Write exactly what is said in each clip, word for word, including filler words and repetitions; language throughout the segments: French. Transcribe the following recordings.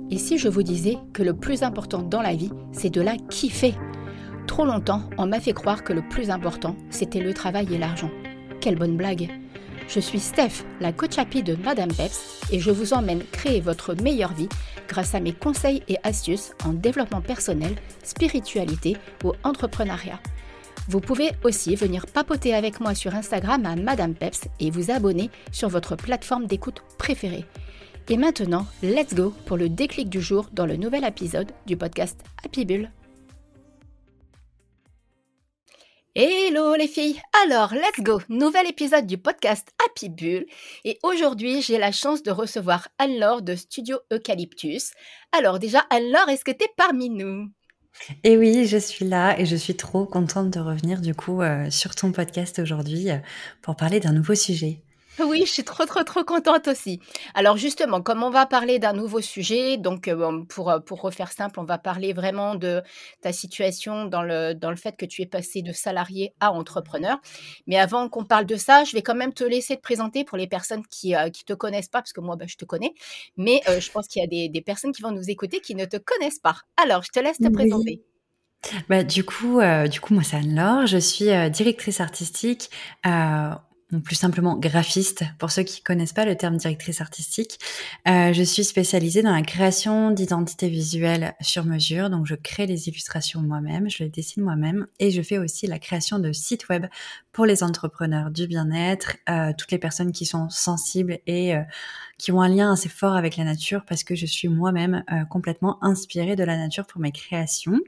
Et si je vous disais que le plus important dans la vie, c'est de la kiffer? Trop longtemps, on m'a fait croire que le plus important, c'était le travail et l'argent. Quelle bonne blague! Je suis Steph, la coach happy de Madame Peps, et je vous emmène créer votre meilleure vie grâce à mes conseils et astuces en développement personnel, spiritualité ou entrepreneuriat. Vous pouvez aussi venir papoter avec moi sur Instagram à Madame Peps et vous abonner sur votre plateforme d'écoute préférée. Et maintenant, let's go pour le déclic du jour dans le nouvel épisode du podcast Happy Bull. Hello les filles, alors let's go, nouvel épisode du podcast Happy Bull et aujourd'hui j'ai la chance de recevoir Anne-Laure de Studio Eucalyptus. Alors déjà Anne-Laure, est-ce que tu es parmi nous? Et oui, je suis là et je suis trop contente de revenir du coup euh, sur ton podcast aujourd'hui euh, pour parler d'un nouveau sujet. Oui, je suis trop, trop, trop contente aussi. Alors justement, comme on va parler d'un nouveau sujet, donc euh, bon, pour, euh, pour refaire simple, on va parler vraiment de ta situation dans le, dans le fait que tu es passé de salarié à entrepreneur. Mais avant qu'on parle de ça, je vais quand même te laisser te présenter pour les personnes qui ne te connaissent pas, parce que moi, bah, je te connais. Mais euh, je pense qu'il y a des, des personnes qui vont nous écouter qui ne te connaissent pas. Alors, je te laisse te présenter. Oui. Bah, du coup, euh, du coup, moi, c'est Anne-Laure. Je suis euh, directrice artistique. Euh, ou plus simplement graphiste, pour ceux qui connaissent pas le terme directrice artistique. Euh, je suis spécialisée dans la création d'identités visuelles sur mesure, donc je crée les illustrations moi-même, je les dessine moi-même, et je fais aussi la création de sites web pour les entrepreneurs du bien-être, euh, toutes les personnes qui sont sensibles et euh, qui ont un lien assez fort avec la nature, parce que je suis moi-même euh, complètement inspirée de la nature pour mes créations.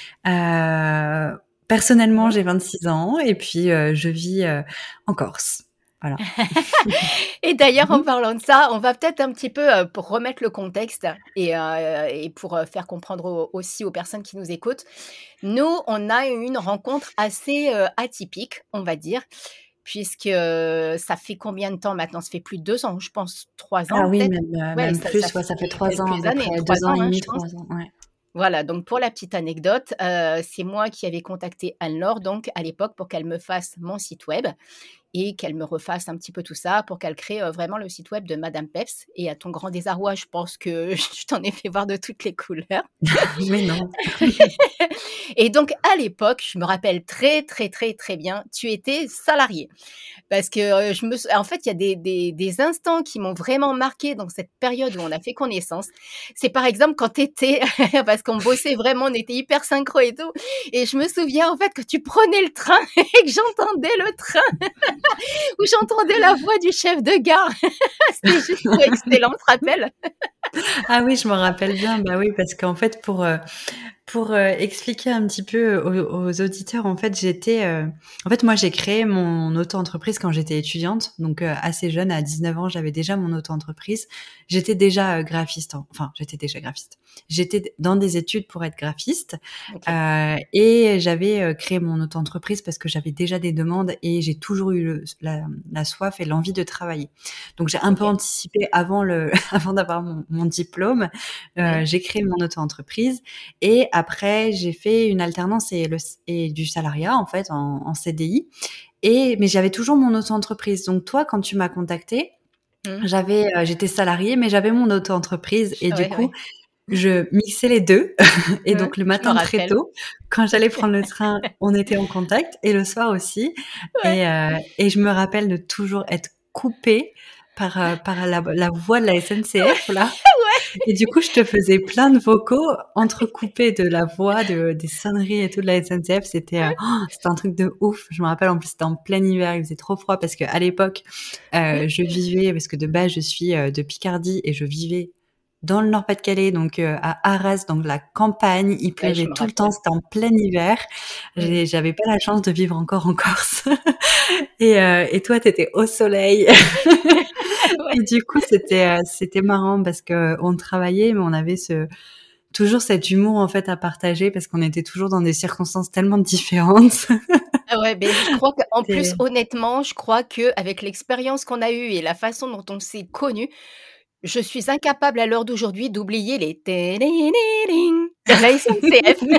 Euh, Personnellement, j'ai vingt-six ans et puis euh, je vis euh, en Corse. Voilà. Et d'ailleurs, en parlant de ça, on va peut-être un petit peu, euh, pour remettre le contexte et, euh, et pour euh, faire comprendre au- aussi aux personnes qui nous écoutent, nous, on a eu une rencontre assez euh, atypique, on va dire, puisque euh, ça fait combien de temps maintenant? Ça fait plus de deux ans, je pense, trois ans Ah oui, peut-être. même, euh, Ouais, même ça, ça plus, ouais, ça fait fait trois ans à quelques peu années, près, trois deux ans ans, et hein, demi, je pense. trois ans, ouais. Voilà, donc pour la petite anecdote, euh, c'est moi qui avais contacté Anne-Laure, donc à l'époque, pour qu'elle me fasse mon site web et qu'elle me refasse un petit peu tout ça pour qu'elle crée euh, vraiment le site web de Madame Peps. Et à ton grand désarroi, je pense que je t'en ai fait voir de toutes les couleurs. Mais non. Et donc, à l'époque, je me rappelle très, très, très, très bien, tu étais salariée. Parce que euh, je me, sou- en fait, il y a des, des, des instants qui m'ont vraiment marqué dans cette période où on a fait connaissance. C'est par exemple quand tu étais, parce qu'on bossait vraiment, on était hyper synchro et tout. Et je me souviens en fait que tu prenais le train et que j'entendais le train, où j'entendais la voix du chef de gare. C'était juste trop excellent, tu te rappelles? Ah oui, je me rappelle bien. Bah oui, parce qu'en fait, pour euh, Pour euh, expliquer un petit peu aux, aux auditeurs, en fait, j'étais, euh, en fait, moi, j'ai créé mon auto-entreprise quand j'étais étudiante, donc euh, assez jeune, à dix-neuf ans, j'avais déjà mon auto-entreprise. J'étais déjà euh, graphiste, hein. Enfin, j'étais déjà graphiste. J'étais dans des études pour être graphiste Ok. euh, et j'avais euh, créé mon auto-entreprise parce que j'avais déjà des demandes et j'ai toujours eu le, la, la soif et l'envie de travailler. Donc, j'ai un peu Ok. anticipé avant le, avant d'avoir mon, mon diplôme. Euh, Oui. j'ai créé mon auto-entreprise. Et après, j'ai fait une alternance et, le, et du salariat, en fait, en, en C D I. Et, mais j'avais toujours mon auto-entreprise. Donc, toi, quand tu m'as contactée, Mmh. j'avais, euh, j'étais salariée, mais j'avais mon auto-entreprise. Et du Ouais, coup, ouais. je mixais les deux. Et Mmh. donc, le Je me matin, très rappelle. tôt, quand j'allais prendre le train, on était en contact. Et le soir aussi. Ouais. Et, euh, et je me rappelle de toujours être coupée par, euh, par la, la voix de la S N C F, là. Ouais. Et du coup, je te faisais plein de vocaux entrecoupés de la voix, de, des sonneries et tout de la S N C F. C'était, euh, oh, c'était un truc de ouf. Je me rappelle, en plus, c'était en plein hiver. Il faisait trop froid parce que à l'époque, euh, je vivais, parce que de base, je suis euh, de Picardie et je vivais dans le Nord-Pas-de-Calais, donc euh, à Arras, dans la campagne. Il Ouais, je pleuvait me tout le temps. rappelle. C'était en plein hiver. Mmh. J'ai- J'avais pas la chance de vivre encore en Corse. Et, euh, et toi, t'étais au soleil. Ouais. Et du coup, c'était euh, c'était marrant parce que on travaillait, mais on avait ce toujours cet humour en fait à partager parce qu'on était toujours dans des circonstances tellement différentes. Ah ouais, beh, je crois qu'en plus, C'était honnêtement, je crois qu'avec l'expérience qu'on a eue et la façon dont on s'est connus, je suis incapable à l'heure d'aujourd'hui d'oublier les téléréring de la S N C F.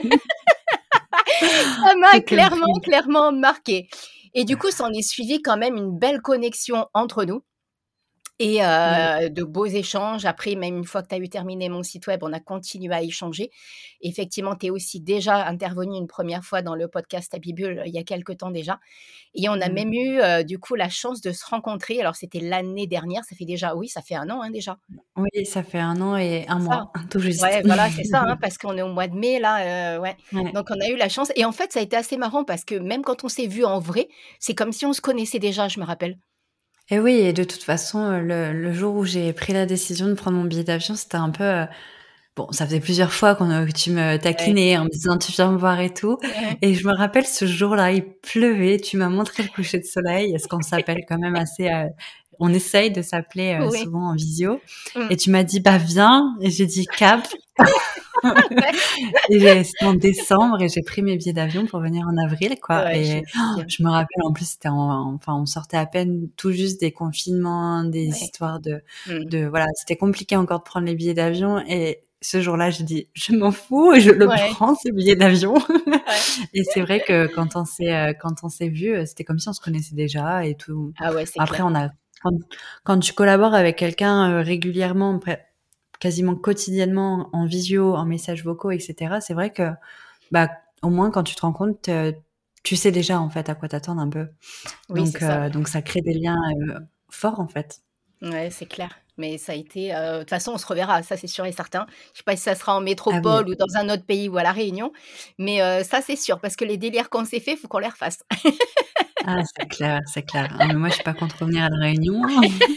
Ça m'a c'est clairement, compris. clairement marquée et du coup, s'en est suivi quand même une belle connexion entre nous et Oui. heu, de beaux échanges. Après, même une fois que tu as eu terminé mon site web, on a continué à échanger. Effectivement, tu es aussi déjà intervenue une première fois dans le podcast Happy Bull, il y a quelque temps déjà et on a Mmh. même eu, heu, du coup, la chance de se rencontrer. Alors c'était l'année dernière, ça fait déjà oui, ça fait un an, hein, déjà. Oui, ça fait un an et un C'est ça? mois, tout juste. Ouais, voilà, c'est ça, hein, parce qu'on est au mois de mai là, heu, ouais. Ouais. Donc on a eu la chance et en fait, ça a été assez marrant parce que même quand on s'est vus en vrai, c'est comme si on se connaissait déjà, je me rappelle. Et oui et de toute façon, heu, le le jour où j'ai pris la décision de prendre mon billet d'avion, c'était un peu, heu bon, ça faisait plusieurs fois qu'on, heu, que tu me Ouais. taquinais en me disant: «Tu viens me voir et tout» et je me rappelle ce jour-là, il pleuvait, tu m'as montré le coucher de soleil, parce qu'on s'appelle quand même assez, heu on essaye de s'appeler, heu, Oui. souvent en visio Mmh. et tu m'as dit: «Bah, viens» et j'ai dit: «Cap» Ouais. et j'ai c'était en décembre et j'ai pris mes billets d'avion pour venir en avril, quoi Ouais, je et me souviens. je me rappelle, en plus, c'était en enfin, on sortait à peine tout juste des confinements, des Ouais. histoires de Mmh. de voilà, c'était compliqué encore de prendre les billets d'avion et ce jour-là, j'ai dit: «Je m'en fous, je le Ouais. prends ce billet d'avion» Ouais. et c'est vrai que quand on s'est, heu, quand on s'est vus, heu, c'était comme si on se connaissait déjà et tout. Ah ouais, c'est Après clair. on a quand quand tu collabores avec quelqu'un, heu, régulièrement, pre quasiment quotidiennement en visio, en messages vocaux et cetera, c'est vrai que, bah, au moins quand tu te rencontres, heu, tu sais déjà, en fait, à quoi t'attendre un peu. Oui, c'est Donc ça. heu, donc ça crée des liens, heu, forts, en fait. Ouais, c'est clair. Mais ça a été, heu, de toute façon, on se reverra, ça c'est sûr et certain. Je sais pas si ça sera en Ah oui. métropole ou dans un autre pays ou à La Réunion, mais heu, ça c'est sûr parce que les délires qu'on s'est fait, faut qu'on les refasse. Ah, c'est clair, c'est clair. Ah mais moi, je suis pas contre revenir à La Réunion.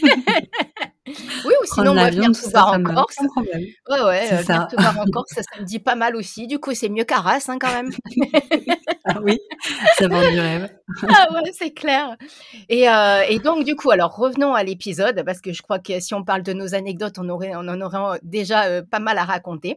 Oui ou Prendre sinon moi l'avion, venir tout te ça, voir ça en me Corse. sans problème. Ouais, ouais, C'est heu, venir ça. te voir en Corse, ça ça me dit pas mal aussi. Du coup, c'est mieux qu'Arras, hein, quand même. Ah oui, ça vend du rêve. Ah ouais, c'est clair et heu et donc du coup, alors revenons à l'épisode parce que je crois que si on parle de nos anecdotes, on aurait on en aurait déjà, heu, pas mal à raconter.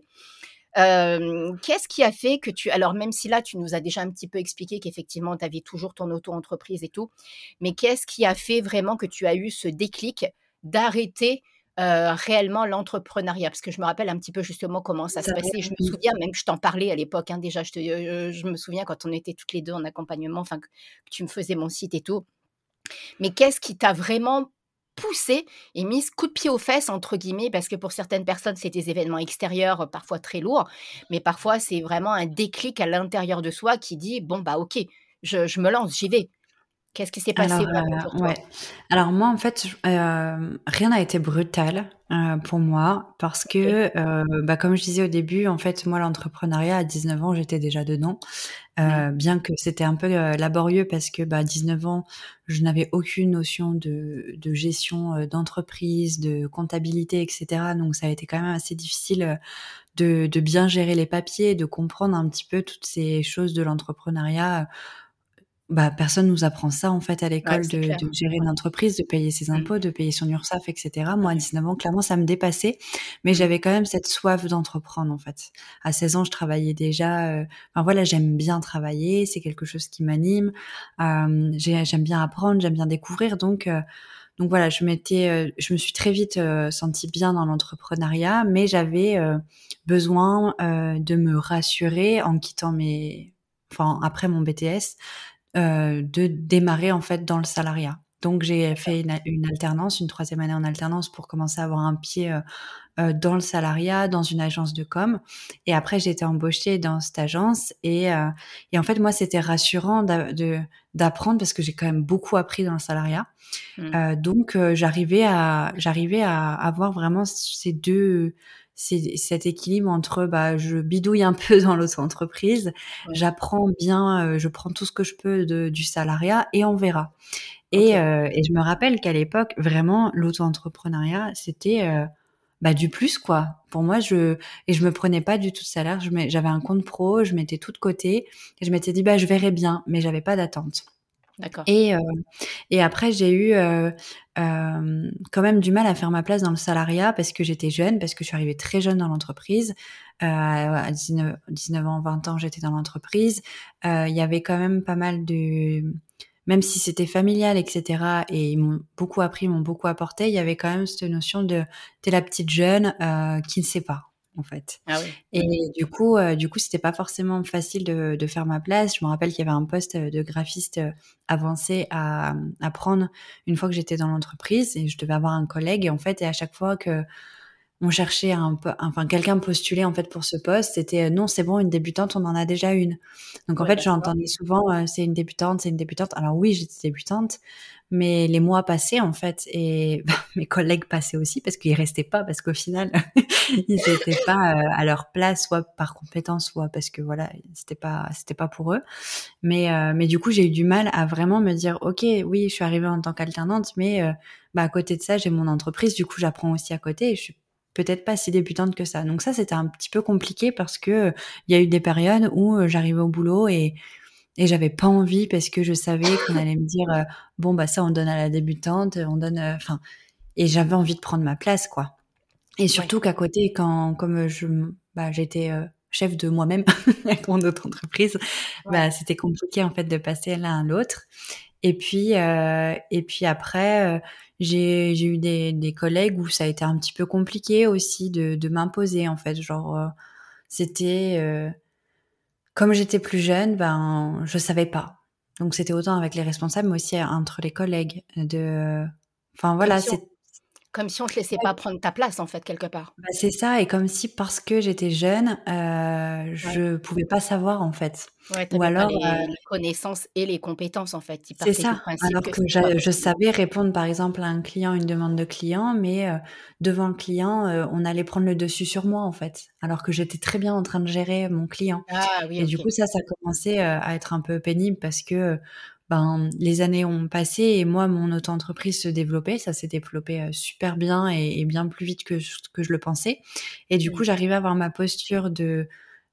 Hem, qu'est-ce qui a fait que tu alors même si là, tu nous as déjà un petit peu expliqué qu'effectivement, tu avais toujours ton auto-entreprise et tout, mais qu'est-ce qui a fait vraiment que tu as eu ce déclic d'arrêter, heu, réellement l'entrepreneuriat? Parce que je me rappelle un petit peu justement comment ça se passait. Je me souviens même que je t'en parlais à l'époque, hein, déjà, je te heu, je me souviens quand on était toutes les deux en accompagnement, enfin que que tu me faisais mon site et tout. Mais qu'est-ce qui t'a vraiment poussé et mis ce «coup de pied aux fesses» entre guillemets? Parce que pour certaines personnes, c'est des événements extérieurs, heu, parfois très lourds, mais parfois c'est vraiment un déclic à l'intérieur de soi qui dit: «Bon, bah, OK, je je me lance, j'y vais». Qu'est-ce qui s'est Alors, passé vraiment pour heu, toi? ouais. Alors moi, en fait, j hem, rien n'a été brutal, heu, pour moi parce OK. que, heu, bah, comme je disais au début, en fait, moi, l'entrepreneuriat à dix-neuf ans, j'étais déjà dedans. Mmh. Heu, bien que c'était un peu, heu, laborieux parce que, bah, à dix-neuf ans, je n'avais aucune notion de de gestion, heu, d'entreprise, de comptabilité et cetera. Donc ça a été quand même assez difficile, heu, de de bien gérer les papiers, de comprendre un petit peu toutes ces choses de l'entrepreneuriat. Bah, personne nous apprend ça, en fait, à Ouais, l'école c'est de clair. de gérer une entreprise, de payer ses Mmh. impôts, de payer son URSSAF et cetera. Moi, à Ouais. dix-neuf ans, clairement, ça me dépassait, mais Mmh. j'avais quand même cette soif d'entreprendre, en fait. À seize ans, je travaillais déjà, heu, enfin voilà, j'aime bien travailler, c'est quelque chose qui m'anime. Hem, j'ai j'aime bien apprendre, j'aime bien découvrir donc heu, donc voilà, je m'étais, heu, je me suis très vite, heu, sentie bien dans l'entrepreneuriat, mais j'avais, heu, besoin, heu, de me rassurer en quittant mes enfin, après mon B T S, heu, de démarrer en fait dans le salariat. Donc j'ai D'accord. fait une a une alternance, une troisième année en alternance pour commencer à avoir un pied, heu heu, dans le salariat, dans une agence de com et après j'ai été embauchée dans cette agence et heu et en fait moi c'était rassurant d'a de d'apprendre parce que j'ai quand même beaucoup appris dans le salariat. Mmh. Heu, donc heu, j'arrivais à j'arrivais à avoir vraiment ces deux ces cet équilibre entre, bah, je bidouille un peu dans l'auto-entreprise, Ouais. j'apprends bien, heu, je prends tout ce que je peux de du salariat et on verra. Et OK. heu et je me rappelle qu'à l'époque, vraiment, l'auto-entrepreneuriat, c'était, heu, bah, du plus, quoi. Pour moi, je et je me prenais pas du tout de salaire. Je mets j'avais un compte pro, je mettais tout de côté et je m'étais dit: «Bah, je verrai bien», mais j'avais pas d'attente. D'accord. Et heu et après j'ai eu, heu, hem, quand même du mal à faire ma place dans le salariat parce que j'étais jeune, parce que je suis arrivée très jeune dans l'entreprise. Heu, à dix-neuf dix-neuf ans, vingt ans, j'étais dans l'entreprise. Heu, il y avait quand même pas mal de même si c'était familial et cetera et ils m'ont beaucoup appris, ils m'ont beaucoup apporté, il y avait quand même cette notion de: «Tu es la petite jeune, heu, qui ne sait pas». en fait. Ah oui. Et Mmh. du coup, heu, du coup, c'était pas forcément facile de de faire ma place. Je me rappelle qu'il y avait un poste, heu, de graphiste, heu, avancé à, mmh, à prendre une fois que j'étais dans l'entreprise et je devais avoir un collègue et en fait et à chaque fois que on cherchait un peu enfin quelqu'un postulait en fait pour ce poste, c'était, heu: «Non, c'est bon, une débutante, on en a déjà une». Donc en Ouais, fait, bah, tu vois? j'entendais souvent, heu: «C'est une débutante, c'est une débutante». Alors oui, j'étais débutante, mais les mois passaient en fait et bah, mes collègues passaient aussi parce qu'ils restaient pas parce qu'au final, ils étaient pas, heu, à leur place, soit par compétence, soit parce que voilà, c'était pas c'était pas pour eux. Mais heu, mais du coup, j'ai eu du mal à vraiment me dire: «OK, oui, je suis arrivée en tant qu'alternante, mais heu, bah, à côté de ça, j'ai mon entreprise, du coup, j'apprends aussi à côté et je suis peut-être pas si débutante que ça». Donc ça, c'était un petit peu compliqué parce que, heu, il y a eu des périodes où, heu, j'arrivais au boulot et et j'avais pas envie parce que je savais qu'on allait me dire, heu: «Bon, bah, ça, on donne à la débutante, on donne», heu, enfin et j'avais envie de prendre ma place, quoi. Et Ouais, surtout qu'à côté, quand comme, heu, je m bah, j'étais, heu, chef de moi-même avec mon autre entreprise, ouais. bah, c'était compliqué, en fait, de passer l'un à l'autre. Et puis, heu et puis après, heu, j'ai j'ai eu des des collègues où ça a été un petit peu compliqué aussi de de m'imposer, en fait. Genre, heu, c'était, heu, comme j'étais plus jeune, ben, je savais pas. Donc c'était autant avec les responsables, mais aussi entre les collègues de enfin Comme voilà, si on c'est comme si on te laissait pas prendre ta place, en fait, quelque part. bah, c'est ça et comme si parce que j'étais jeune, heu, Ouais. je pouvais pas savoir, en fait. Ouais, tu Ou avais pas alors, heu les les connaissances et les compétences, en fait. Ils c'est partaient du ça, principe alors que que c'était pas j'a je possible. savais répondre, par exemple, à un client, une demande de client, mais heu, devant le client, heu, on allait prendre le dessus sur moi, en fait, alors que j'étais très bien en train de gérer mon client. Ah oui, Et du OK. coup, ça, ça commençait, heu, à être un peu pénible parce que, heu, ben, les années ont passé et moi, mon auto-entreprise se développait. Ça s'est développé, heu, super bien et et bien plus vite que j que je le pensais. Et du coup, Mmh. j'arrivais à avoir ma posture de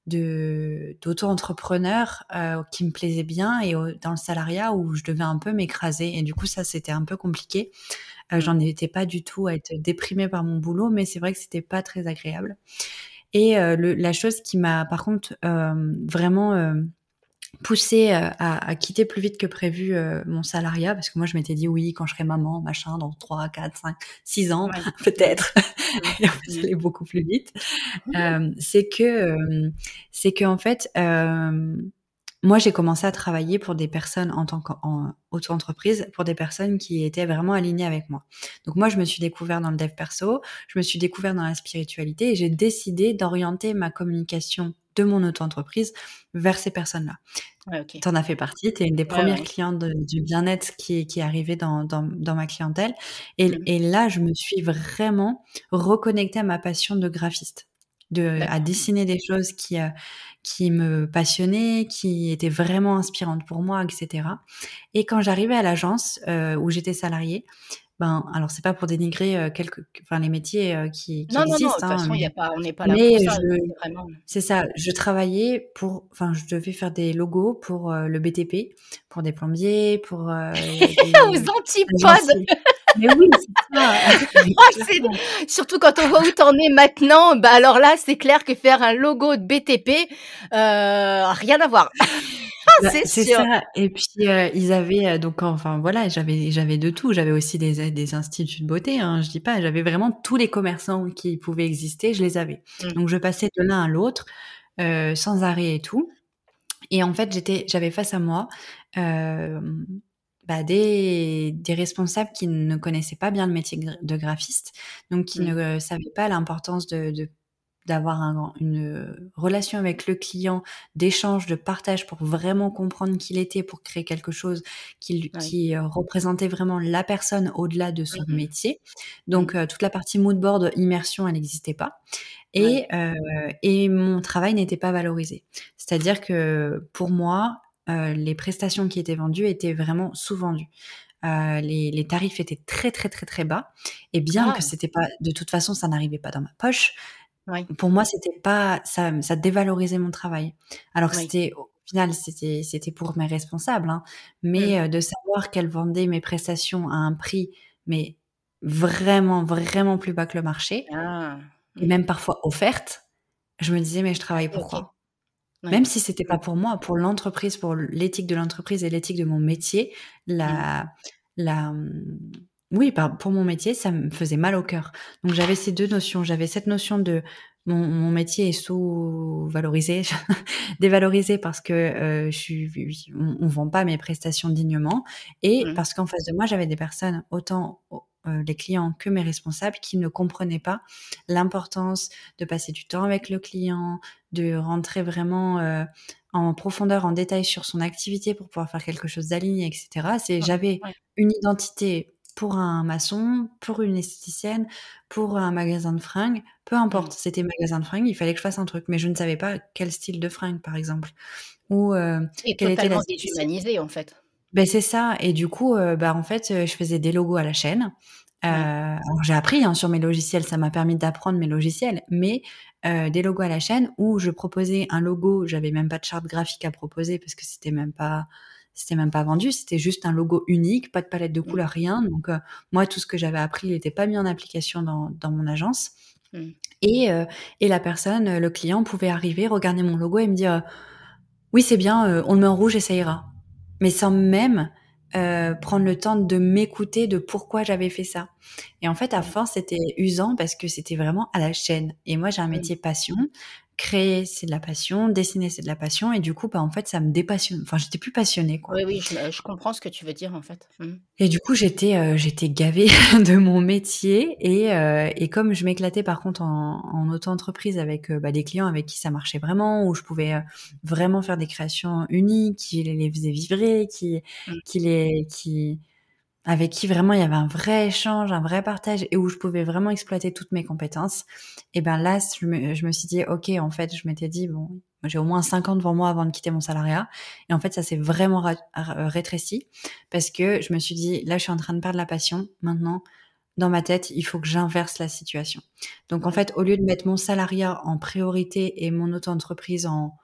de d'auto-entrepreneur, heu, qui me plaisait bien et au dans le salariat où je devais un peu m'écraser et du coup, ça, c'était un peu compliqué. Heu, Mmh. j'en étais pas du tout à être déprimée par mon boulot, mais c'est vrai que c'était pas très agréable. Et heu, le la chose qui m'a par contre, hem, vraiment, hem, poussée, heu, à à quitter plus vite que prévu, heu, mon salariat parce que moi je m'étais dit: «Oui, quand je serai maman, machin, dans trois, quatre, cinq, six ans, Ouais. Mmh. peut-être» Mmh. et en fait, ça Mmh. allait beaucoup plus vite. Hem, c'est que, hem, c'est qu'en fait, hem, moi j'ai commencé à travailler pour des personnes en tant qu'en auto-entreprise, pour des personnes qui étaient vraiment alignées avec moi. Donc moi, je me suis découvert dans le dev perso, je me suis découvert dans la spiritualité et j'ai décidé d'orienter ma communication de mon auto-entreprise vers ces personnes-là. Ouais, OK. Tu en as fait partie, tu es une des Ouais, premières ouais. clientes de du bien-être qui est qui est arrivée dans dans dans ma clientèle et Mmh. et là, je me suis vraiment reconnectée à ma passion de graphiste, de à D'accord. dessiner des choses qui, heu, qui me passionnaient, qui étaient vraiment inspirantes pour moi et cetera. Et quand j'arrivais à l'agence, heu, où j'étais salariée, ben, alors c'est pas pour dénigrer, heu, quelques enfin les métiers, heu, qui qui Non, non, non, de toute existent, hein, façon, il y mais a pas on n'est pas là mais pour ça. je C'est vraiment c'est ça, je travaillais pour enfin, je devais faire des logos pour, heu, le B T P, pour des plombiers, pour, heu, aux des antipodes! agenciers. Mais oui, c'est ça, mais Ah, c'est clairement. surtout quand on voit où tu en es maintenant, bah, alors là, c'est clair que faire un logo de B T P, heu, rien à voir. Bah, C'est c'est sûr. ça et puis, heu, ils avaient, heu, donc enfin voilà, j'avais j'avais de tout. J'avais aussi des des instituts de beauté, hein, je dis pas, j'avais vraiment tous les commerçants qui pouvaient exister, je les avais. Mmh. Donc je passais de l'un à l'autre, heu, sans arrêt et tout. Et en fait, j'étais j'avais face à moi, hem, bah, des des responsables qui ne connaissaient pas bien le métier gr de graphiste, donc qui Mmh. ne euh, savaient pas l'importance de de d'avoir un une, heu, relation avec le client, d'échange, de partage pour vraiment comprendre qui il était, pour créer quelque chose qui lui Oui. qui, heu, représentait vraiment la personne au-delà de son Mmh mh. métier. Mmh. Donc heu, toute la partie mood board, immersion, elle n'existait pas. Ouais. Et heu et mon travail n'était pas valorisé. C'est-à-dire que pour moi, heu, les prestations qui étaient vendues étaient vraiment sous-vendues. Heu, les les tarifs étaient très, très, très, très bas et bien que Ah! c'était pas de toute façon, ça n'arrivait pas dans ma poche, Oui, pour moi, c'était pas ça ça dévalorisait mon travail. Alors que oui. c'était au final, c'était c'était pour mes responsables, hein, Mmh. mais heu, de savoir qu'elles vendaient mes prestations à un prix, mais vraiment, vraiment plus bas que le marché Ah! et Mmh. même parfois offertes, je me disais: «Mais je Ah travaille oui, OK. pourquoi?» Oui. Même si c'était Mmh. pas pour moi, pour l'entreprise, pour l'éthique de l'entreprise et l'éthique de mon métier, Mmh. la la, mmh, oui, par pour mon métier, ça me faisait mal au cœur. Donc j'avais ces deux notions. J'avais cette notion de mon mon métier est sous-valorisé, dévalorisé parce que, heu, je suis on on vend pas mes prestations dignement et Mmh. parce qu'en face de moi, j'avais des personnes, autant au heu, les clients que mes responsables, qui ne comprenaient pas l'importance de passer du temps avec le client, de rentrer vraiment, heu, en profondeur, en détail sur son activité pour pouvoir faire quelque chose d'aligné et cetera. C'est Ouais, j'avais ouais. une identité pour un maçon, pour une esthéticienne, pour un magasin de fringues, peu importe, Mmh. c'était magasin de fringues, il fallait que je fasse un truc, mais je ne savais pas quel style de fringues, par exemple, ou heu, Et quelle était la totalement spécialité. déshumanisé, en fait. Beh, c'est ça et du coup, heu, bah, en fait, heu, je faisais des logos à la chaîne. Heu, Ouais. alors j'ai appris, hein, sur mes logiciels, ça m'a permis d'apprendre mes logiciels, mais heu, des logos à la chaîne où je proposais un logo, j'avais même pas de charte graphique à proposer parce que c'était même pas c'était même pas vendu, c'était juste un logo unique, pas de palette de Mmh. couleurs, rien, donc heu, moi, tout ce que j'avais appris, il était pas mis en application dans dans mon agence Mmh. et heu et la personne, heu, le client pouvait arriver, regarder mon logo et me dire, heu: «Oui, c'est bien, heu, on le met en rouge et ça ira». Mais sans même, heu, prendre le temps de m'écouter de pourquoi j'avais fait ça. Et en fait, à Mmh. force, c'était usant parce que c'était vraiment à la chaîne. Et moi, j'ai un Mmh. métier passion. Créer, c'est de la passion. Dessiner, c'est de la passion. Et du coup, bah, en fait, ça me dépassionne. Enfin, j'étais plus passionnée, quoi. Oui, oui, je me je comprends ce que tu veux dire, en fait. Mmh. Et du coup, j'étais, heu, j'étais gavée de mon métier et heu et comme je m'éclatais par contre en en auto-entreprise avec, heu, bah, des clients avec qui ça marchait vraiment, où je pouvais, heu, vraiment faire des créations uniques, qui les les faisaient vibrer, qui Mmh. qui les qui avec qui vraiment il y avait un vrai échange, un vrai partage et où je pouvais vraiment exploiter toutes mes compétences. Et ben là, je me je me suis dit: «OK», en fait, je m'étais dit: «Bon, j'ai au moins cinq ans devant moi avant de quitter mon salariat» et en fait, ça s'est vraiment ra r rétréci parce que je me suis dit: «Là, je suis en train de perdre la passion. Maintenant, dans ma tête, il faut que j'inverse la situation». Donc en Ouais. fait, au lieu de mettre mon salariat en priorité et mon auto-entreprise en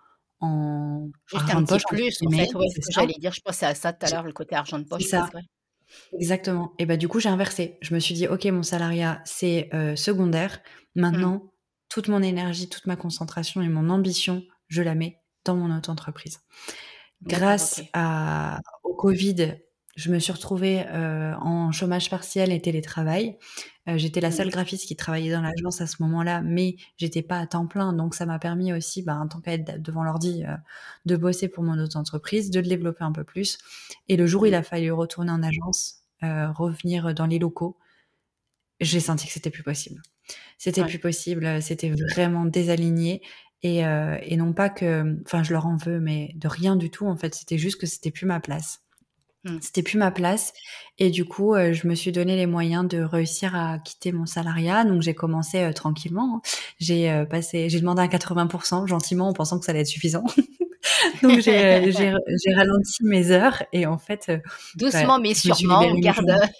en Juste un «argent de petit poche» entre plus, en guillemets, fait, ouais, c'est c'est ce que ça. j'allais dire. Je pensais à ça tout à J'ai l'heure, le côté argent de c'est poche ça. presque, ouais. Exactement et bah, du coup, j'ai inversé. Je me suis dit: «OK, mon salariat, c'est, heu, secondaire. Mmh. Maintenant, toute mon énergie, toute ma concentration et mon ambition, je la mets dans mon auto-entreprise». D'accord, Grâce OK. à au Covid, je me suis retrouvée, heu, en chômage partiel et télétravail. Heu, j'étais la Mmh. seule graphiste qui travaillait dans l'agence à ce moment-là, mais j'étais pas à temps plein, donc ça m'a permis aussi, ben, tant qu'à être devant l'ordi, heu, de bosser pour mon auto-entreprise, de le développer un peu plus et le jour où il Mmh. a fallu retourner en agence, heu, revenir dans les locaux, j'ai senti que c'était plus possible. C'était Ouais. plus possible, heu, c'était vraiment désaligné et heu et non pas que enfin, je leur en veux, mais de rien du tout, en fait, c'était juste que c'était plus ma place. Mmh. C'était plus ma place et du coup, heu, je me suis donné les moyens de réussir à quitter mon salariat. Donc j'ai commencé, heu, tranquillement, hein. J'ai, heu, passé j'ai demandé un quatre-vingts gentiment en pensant que ça allait être suffisant. Donc j'ai, heu, j'ai j'ai ralenti mes heures et en fait, heu, bah, Doucement mais je me suis sûrement, libérée on une garde, journée.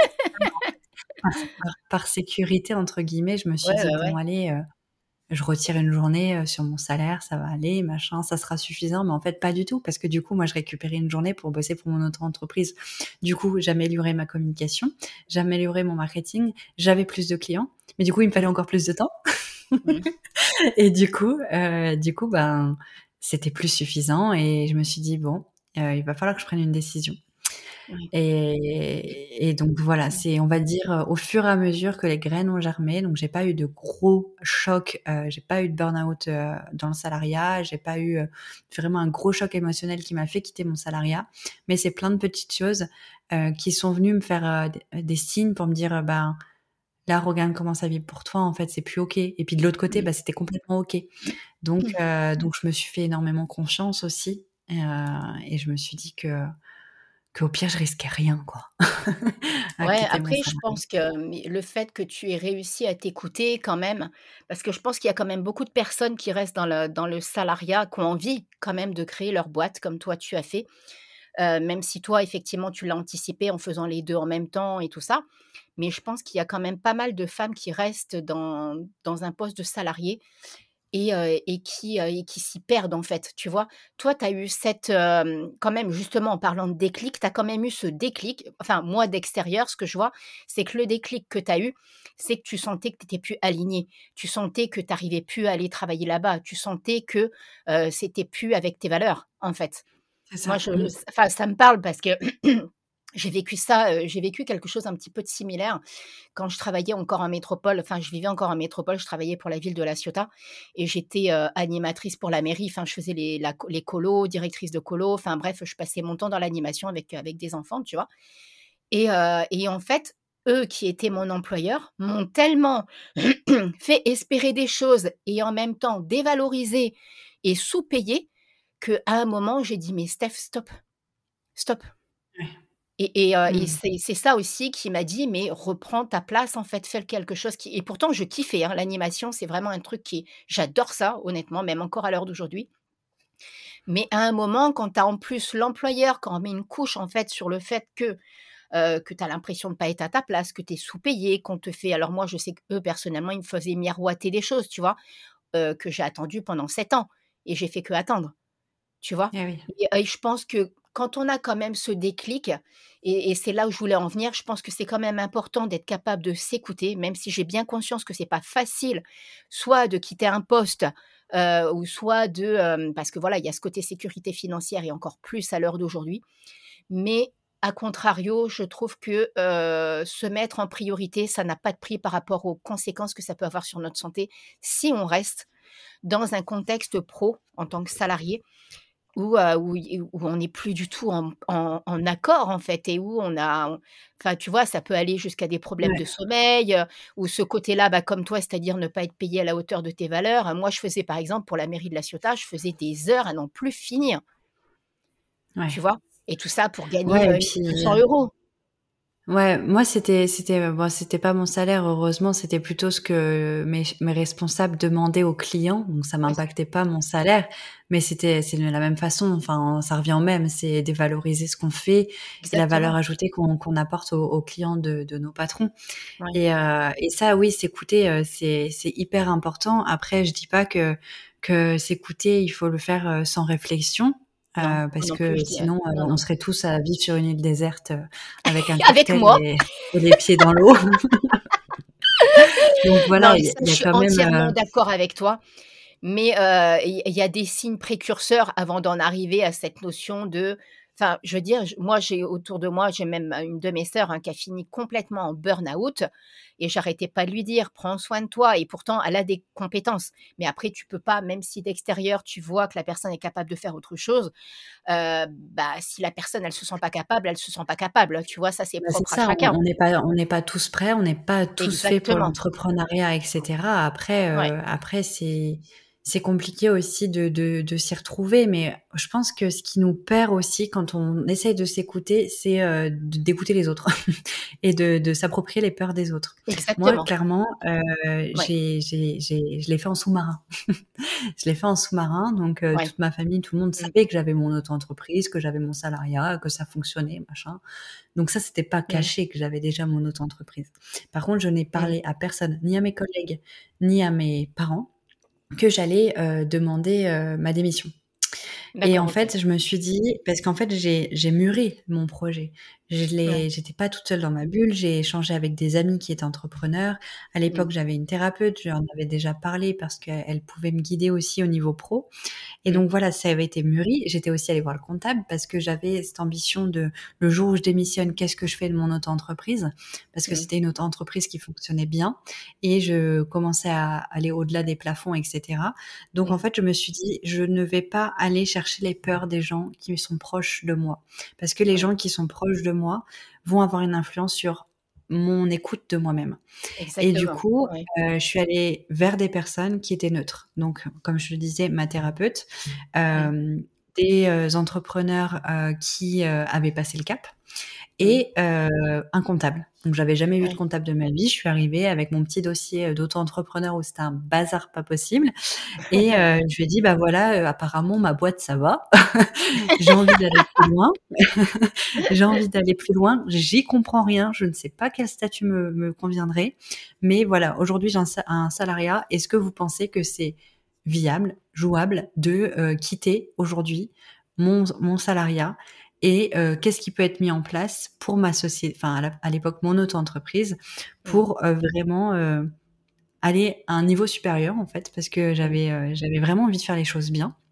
Par par par «sécurité» entre guillemets, je me suis ouais, dit: ouais, «Bon ouais. allez, heu, je retire une journée, heu, sur mon salaire, ça va aller, machin, ça sera suffisant». Mais en fait, pas du tout, parce que du coup, moi, je récupérais une journée pour bosser pour mon auto-entreprise. Du coup, j'améliorais ma communication, j'améliorais mon marketing, j'avais plus de clients, mais du coup, il me fallait Mmh. encore plus de temps. Mmh. Et du coup, heu, du coup, ben, c'était plus suffisant et je me suis dit: «Bon, heu, il va falloir que je prenne une décision». Ouais. Et Et et donc voilà, mmh. c'est on va dire, heu, au fur et à mesure que les graines ont germé, donc j'ai pas eu de gros chocs, heu, j'ai pas eu de burn-out, heu, dans le salariat, j'ai pas eu, heu, vraiment un gros choc émotionnel qui m'a fait quitter mon salariat. Mais c'est plein de petites choses, heu, qui sont venues me faire, heu, des des signes pour me dire, heu: «Ben, là, regarde comment ça vibre pour toi, en fait, c'est plus OK». Et puis de l'autre côté, Mmh. bah, c'était complètement OK. Donc heu, donc je me suis fait énormément confiance aussi et heu et je me suis dit que qu'au pire, je risquais rien, quoi, à Ouais, quitter mon après je salariat. pense que, mais le fait que tu aies réussi à t'écouter quand même, parce que je pense qu'il y a quand même beaucoup de personnes qui restent dans le dans le salariat, qui ont envie quand même de créer leur boîte comme toi tu as fait. Heu, même si toi effectivement tu l'as anticipé en faisant les deux en même temps et tout ça. Mais je pense qu'il y a quand même pas mal de femmes qui restent dans dans un poste de salarié et heu et qui, heu et qui s'y perdent, en fait, tu vois? Toi, tu as eu cette, hem, quand même, justement, en parlant de déclic, tu as quand même eu ce déclic. Enfin, moi, d'extérieur, ce que je vois, c'est que le déclic que tu as eu, c'est que tu sentais que tu étais plus alignée. Tu sentais que tu arrivais plus à aller travailler là-bas. Tu sentais que, heu, c'était plus avec tes valeurs, en fait. C'est Moi, ça. je Mmh. enfin, ça me parle parce que J'ai vécu ça, heu, j'ai vécu quelque chose un petit peu de similaire quand je travaillais encore en métropole, enfin je vivais encore en métropole, je travaillais pour la ville de La Ciotat et j'étais, heu, animatrice pour la mairie, enfin je faisais les la co les colos, directrice de colo, enfin bref, je passais mon temps dans l'animation avec, avec des enfants, tu vois? Et heu et en fait, eux qui étaient mon employeur m'ont tellement fait espérer des choses et en même temps dévaloriser et sous-payer qu'à un moment j'ai dit: «Mais Steph, stop, stop». Ouais. Et et heu et Mmh. c'est c'est ça aussi qui m'a dit: «Mais reprends ta place en fait, fais quelque chose qui» et pourtant je kiffais, hein, l'animation, c'est vraiment un truc qui j'adore ça honnêtement, même encore à l'heure d'aujourd'hui. Mais à un moment, quand tu as en plus l'employeur qui en met une couche en fait sur le fait que, heu, que tu as l'impression de pas être à ta place, que tu es sous-payé, qu'on te fait alors moi je sais qu'eux personnellement, ils me faisaient miroiter des choses, tu vois? Heu, que j'ai attendu pendant sept ans et j'ai fait que attendre. Tu vois? Eh oui. Et et je pense que quand on a quand même ce déclic et et c'est là où je voulais en venir, je pense que c'est quand même important d'être capable de s'écouter, même si j'ai bien conscience que c'est pas facile, soit de quitter un poste, heu, ou soit de, hem parce que voilà, il y a ce côté sécurité financière et encore plus à l'heure d'aujourd'hui. Mais à contrario, je trouve que, heu, se mettre en priorité, ça n'a pas de prix par rapport aux conséquences que ça peut avoir sur notre santé si on reste dans un contexte pro en tant que salarié où, heu, où i où on n'est plus du tout en en en accord, en fait et où on a on enfin, tu vois, ça peut aller jusqu'à des problèmes de Ouais. sommeil, heu, ou ce côté-là, bah, comme toi, c'est-à-dire ne pas être payé à la hauteur de tes valeurs. Heu, moi, je faisais, par exemple, pour la mairie de La Ciotat, je faisais des heures à n'en plus finir, tu Ouais. vois? Et tout ça pour Ouais gagner, et heu, puis, mille deux cents euros. ouais, moi c'était c'était, heu, bon, c'était pas mon salaire heureusement, c'était plutôt ce que mes mes responsables demandaient aux clients, donc ça Ouais, c'est m'impactait pas mon salaire, mais c'était c'est de la même façon, enfin, ça revient au même, c'est dévaloriser ce qu'on fait et la valeur exactement, ajoutée qu'on qu'on apporte aux aux clients de de nos patrons ouais. et heu et ça oui, s'écouter, heu, c'est c'est hyper important. Après je dis pas que que s'écouter, il faut le faire, heu, sans réflexion, Non, heu, moi parce non plus, que je dis, heu, sinon, heu, non, on non. serait tous à vivre sur une île déserte, heu, avec un Avec cocktail moi. et et les pieds dans l'eau. Donc Non, voilà, mais il y a ça, il je y a suis quand même, entièrement heu d'accord avec toi. Mais, heu, il il y a des signes précurseurs avant d'en arriver à cette notion de enfin, je veux dire, j moi, j'ai autour de moi, j'ai même, heu, une de mes sœurs, hein, qui a fini complètement en burn-out et j'arrêtais pas de lui dire: «Prends soin de toi» et pourtant elle a des compétences. Mais après tu peux pas, même si d'extérieur tu vois que la personne est capable de faire autre chose, heu, bah, si la personne elle se sent pas capable, elle se sent pas capable, tu vois? Ça, c'est bah, c'est propre à ça, on chacun. on n'est pas on n'est pas tous prêts, on n'est pas tous faits pour Exactement. l'entrepreneuriat et cetera. Après, Ouais. heu, après c'est c'est compliqué aussi de de de s'y retrouver, mais je pense que ce qui nous perd aussi quand on essaye de s'écouter, c'est, heu, de d'écouter les autres et de de s'approprier les peurs des autres. Moi, Exactement. clairement, heu, Ouais, j'ai j'ai j'ai je l'ai fait en sous-marin. Je l'ai fait en sous-marin, donc heu, ouais. toute ma famille, tout le monde Mmh. savait que j'avais mon auto-entreprise, que j'avais mon salariat, que ça fonctionnait, machin. Donc ça, c'était pas Mmh. caché que j'avais déjà mon auto-entreprise. Par contre, je n'ai Mmh. parlé à personne, ni à mes collègues, ni à mes parents, que j'allais, heu, demander, heu, ma démission. Et D'accord, en OK. fait, je me suis dit parce qu'en fait, j'ai j'ai mûri mon projet. Je Ouais. l'ai j'étais pas toute seule dans ma bulle, j'ai échangé avec des amis qui étaient entrepreneurs. À Mmh. l'époque, j'avais une thérapeute, je lui en avais déjà parlé parce qu'elle pouvait me guider aussi au niveau pro. Et Mmh. donc voilà, ça avait été mûri. J'étais aussi allée voir le comptable parce que j'avais cette ambition de le jour où je démissionne, qu'est-ce que je fais de mon auto-entreprise? Parce que Mmh. c'était une auto-entreprise qui fonctionnait bien et je commençais à aller au-delà des plafonds, et cetera. Donc en Mmh. fait, je me suis dit: «Je ne vais pas aller chercher les peurs des gens qui sont proches de moi». Parce que les Ouais. gens qui sont proches de moi vont avoir une influence sur mon écoute de moi-même. Et du Exactement. coup, Ouais. heu, je suis allée vers des personnes qui étaient neutres. Donc, comme je le disais, ma thérapeute, Mmh. hem, des, heu, entrepreneurs, heu, qui, heu, avaient passé le cap Mmh. et heu, un comptable. Donc j'avais jamais vu de Ouais. comptable de ma vie. Je suis arrivée avec mon petit dossier, heu, d'auto-entrepreneur où c'était un bazar pas possible et heu, je lui ai dit: «Bah, voilà, heu, apparemment ma boîte ça va. J'ai envie d'aller plus loin. J'ai envie d'aller plus loin. J'y comprends rien. Je ne sais pas quel statut me me conviendrait. Mais voilà, aujourd'hui, j'ai un sa un salariat. Est-ce que vous pensez que c'est viable, jouable de, heu, quitter aujourd'hui mon mon salariat et heu, qu'est-ce qui peut être mis en place pour ma socié enfin à la à l'époque mon auto-entreprise Mmh. pour, heu, vraiment, heu, aller à un niveau supérieur en fait parce que Mmh. j'avais, heu, j'avais vraiment envie de faire les choses bien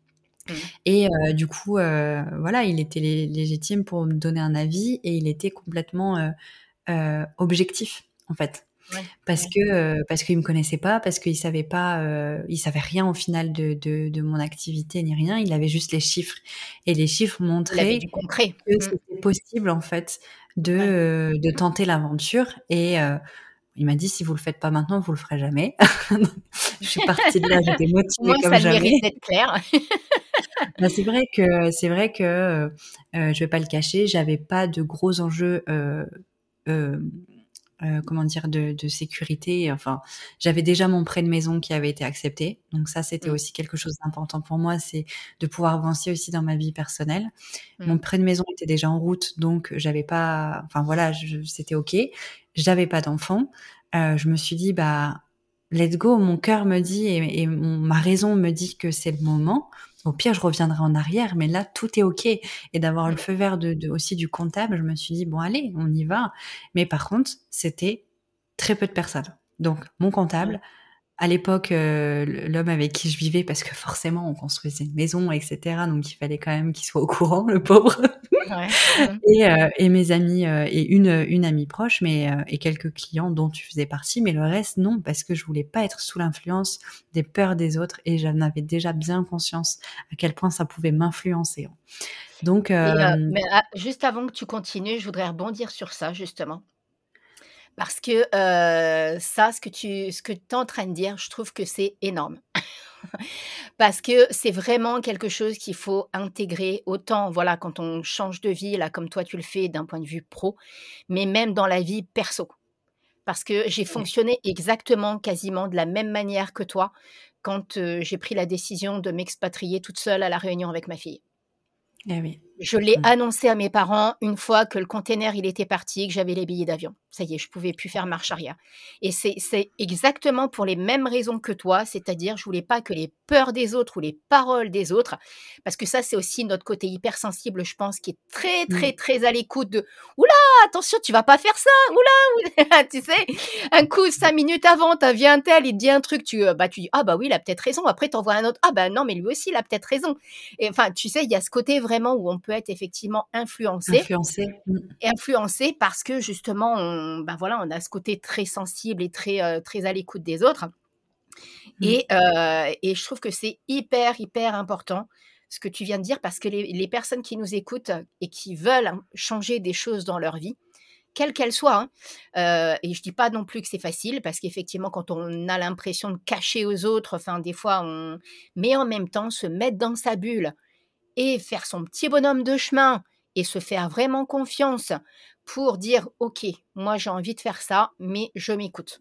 Mmh. Et heu, du coup, heu, voilà, il était lé légitime pour me donner un avis et il était complètement, heu heu, objectif, en fait. Ouais, Parce ouais. que, heu, parce qu'il me connaissait pas, parce qu'il savait pas, heu, il savait rien au final de de de mon activité ni rien. Il avait juste les chiffres et les chiffres Il avait montraient du concret. que Mmh. c'était possible, en fait, de, Ouais. heu, de tenter l'aventure et heu, il m'a dit: «Si vous le faites pas maintenant, vous le ferez jamais». Je suis partie de là, j'étais Au motivée moins comme ça a le jamais. mérite d'être clair. Bah, c'est vrai que c'est vrai que, heu heu, je vais pas le cacher, j'avais pas de gros enjeux, heu, hem, heu, comment dire? De de sécurité, enfin, j'avais déjà mon prêt de maison qui avait été accepté, donc ça, c'était Mmh. aussi quelque chose d'important pour moi, c'est de pouvoir avancer aussi dans ma vie personnelle. Mon Mmh. prêt de maison était déjà en route, donc j'avais pas enfin voilà, je c'était OK. J'avais pas d'enfant. Heu, je me suis dit: «Bah, let's go». Mon cœur me dit et et mon ma raison me dit que c'est le moment. Au pire, je reviendrai en arrière, mais là, tout est OK et d'avoir le Mmh. feu vert de de aussi du comptable, je me suis dit: «Bon allez, on y va». Mais par contre, c'était très peu de personnes. Donc mon Ouais. comptable, à l'époque, heu, l'homme avec qui je vivais parce que forcément on construisait une maison et cetera, donc il fallait quand même qu'il soit au courant, le pauvre. Ouais. Mmh. Et heu et mes amis, heu et une, heu, une amie proche, mais heu et quelques clients dont tu faisais partie, mais le reste non, parce que je voulais pas être sous l'influence des peurs des autres et j'en avais déjà bien conscience à quel point ça pouvait m'influencer. Donc Et heu, hem mais ah, juste avant que tu continues, je voudrais rebondir sur ça justement. Parce que, heu, ça, ce que tu ce que tu es en train de dire, je trouve que c'est énorme. Parce que c'est vraiment quelque chose qu'il faut intégrer autant, voilà, quand on change de vie, là, comme toi tu le fais d'un point de vue pro, mais même dans la vie perso. Parce que j'ai ouais, fonctionné exactement, quasiment de la même manière que toi quand, heu, j'ai pris la décision de m'expatrier toute seule à La Réunion avec ma fille. eh oui. Je l'ai Mmh. annoncé à mes parents une fois que le container, il était parti, que j'avais les billets d'avion. Ça y est, je pouvais plus faire marche arrière et c'est c'est exactement pour les mêmes raisons que toi, c'est-à-dire je voulais pas que les peurs des autres ou les paroles des autres parce que ça, c'est aussi notre côté hypersensible, je pense, qui est très, très, Mmh. très à l'écoute de: «Ouh là, attention, tu vas pas faire ça! Ouh là, tu sais? Un coup, cinq minutes avant, tu as vu un tel, il te dit un truc, tu, heu, bah, tu dis: «Ah bah oui, il a peut-être raison». Après, tu en vois un autre: «Ah bah non, mais lui aussi, il a peut-être raison». Et enfin, tu sais, il y a ce côté vraiment où on peut être effectivement influencé Influencer. Mmh. et influencé parce que justement, on, ben voilà, on a ce côté très sensible et très, heu, très à l'écoute des autres Mmh. et heu et je trouve que c'est hyper, hyper important ce que tu viens de dire parce que les les personnes qui nous écoutent et qui veulent, hein, changer des choses dans leur vie, quelles qu'elles soient, hein, heu et je dis pas non plus que c'est facile parce qu'effectivement, quand on a l'impression de cacher aux autres, enfin, des fois, on mais en même temps, se mettre dans sa bulle et faire son petit bonhomme de chemin et se faire vraiment confiance pour dire: «OK, moi j'ai envie de faire ça, mais je m'écoute»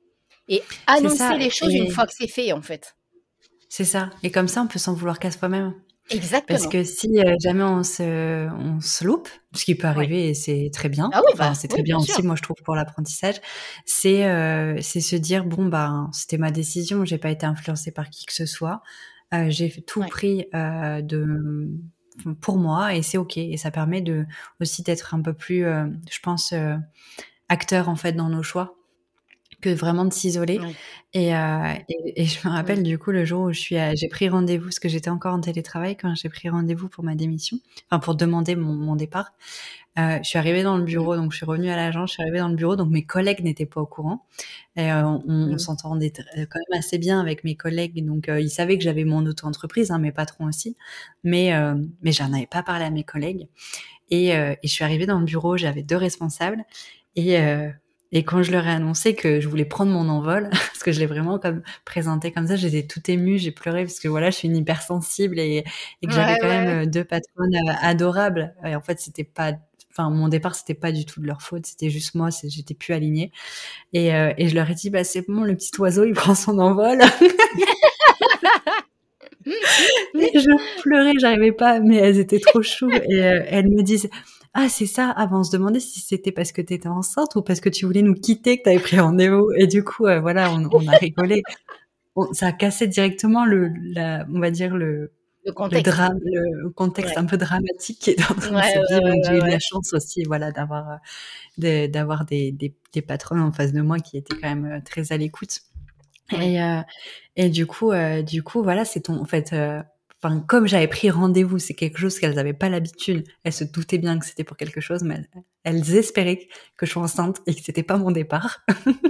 et C'est annoncer ça les choses une et fois que c'est fait, en fait. c'est ça et comme ça, on peut s'en vouloir qu'à soi-même. Parce Exactement. que si, heu, jamais on se on se loupe, ce qui peut Ouais. arriver et c'est très bien, Ah oui, enfin, bah, c'est oui, très bien bien aussi, sûr. moi, je trouve, pour l'apprentissage, c'est, heu, c'est se dire: «Bon, ben, c'était ma décision, j'ai pas été influencée par qui que ce soit, heu, j'ai f tout Ouais. pris, heu, de mmh, pour moi et c'est OK» et ça permet de aussi d'être un peu plus, heu, je pense, heu, acteur, en fait, dans nos choix. Que vraiment de s'isoler Ouais. et heu et et je me Mmh. rappelle du coup le jour où je suis a j'ai pris rendez-vous parce que j'étais encore en télétravail quand j'ai pris rendez-vous pour ma démission, enfin pour demander mon mon départ. Heu, je suis arrivée dans le Mmh. bureau, donc je suis revenue à l'agence, je suis arrivée dans le bureau, donc mes collègues n'étaient pas au courant et heu, on on Mmh. s'entendait tr heu, quand même assez bien avec mes collègues, donc heu, ils savaient que j'avais mon auto-entreprise, hein, mes patrons aussi, mais heu, mais j'en avais pas parlé à mes collègues et heu et je suis arrivée dans le bureau, j'avais deux responsables et heu et quand je leur ai annoncé que je voulais prendre mon envol, parce que je l'ai vraiment comme présenté comme ça, j'étais toute émue, j'ai pleuré parce que voilà, je suis une hypersensible et et que j'avais Ouais, quand même, ouais. heu, deux patronnes, heu, adorables et en fait, c'était pas enfin mon départ, c'était pas du tout de leur faute, c'était juste moi, c'est j'étais plus alignée et heu et je leur ai dit: «Bah, c'est bon, le petit oiseau, il prend son envol». Et je pleurais, j'arrivais pas, mais elles étaient trop chou et heu, elles me disent: «Ah c'est ça?» ah bah, on se demandait si c'était parce que tu étais enceinte ou parce que tu voulais nous quitter que tu avais pris rendez-vous et du coup, heu, voilà, on on a rigolé. On ça a cassé directement le la on va dire le Le le contexte. drame, le contexte Ouais. un peu dramatique qui est en train de Ouais, se ouais, vivre, donc ouais, j'ai eu ouais, de la ouais. chance aussi, voilà, d'avoir, heu, de d'avoir des des des patrons en face de moi qui étaient quand même, heu, très à l'écoute Ouais. et heu et du coup, heu, du coup, voilà, c'est ton en fait, heu enfin, comme j'avais pris rendez-vous, c'est quelque chose qu'elles avaient pas l'habitude. Elles se doutaient bien que c'était pour quelque chose, mais elles, elles espéraient que je sois enceinte et que c'était pas mon départ.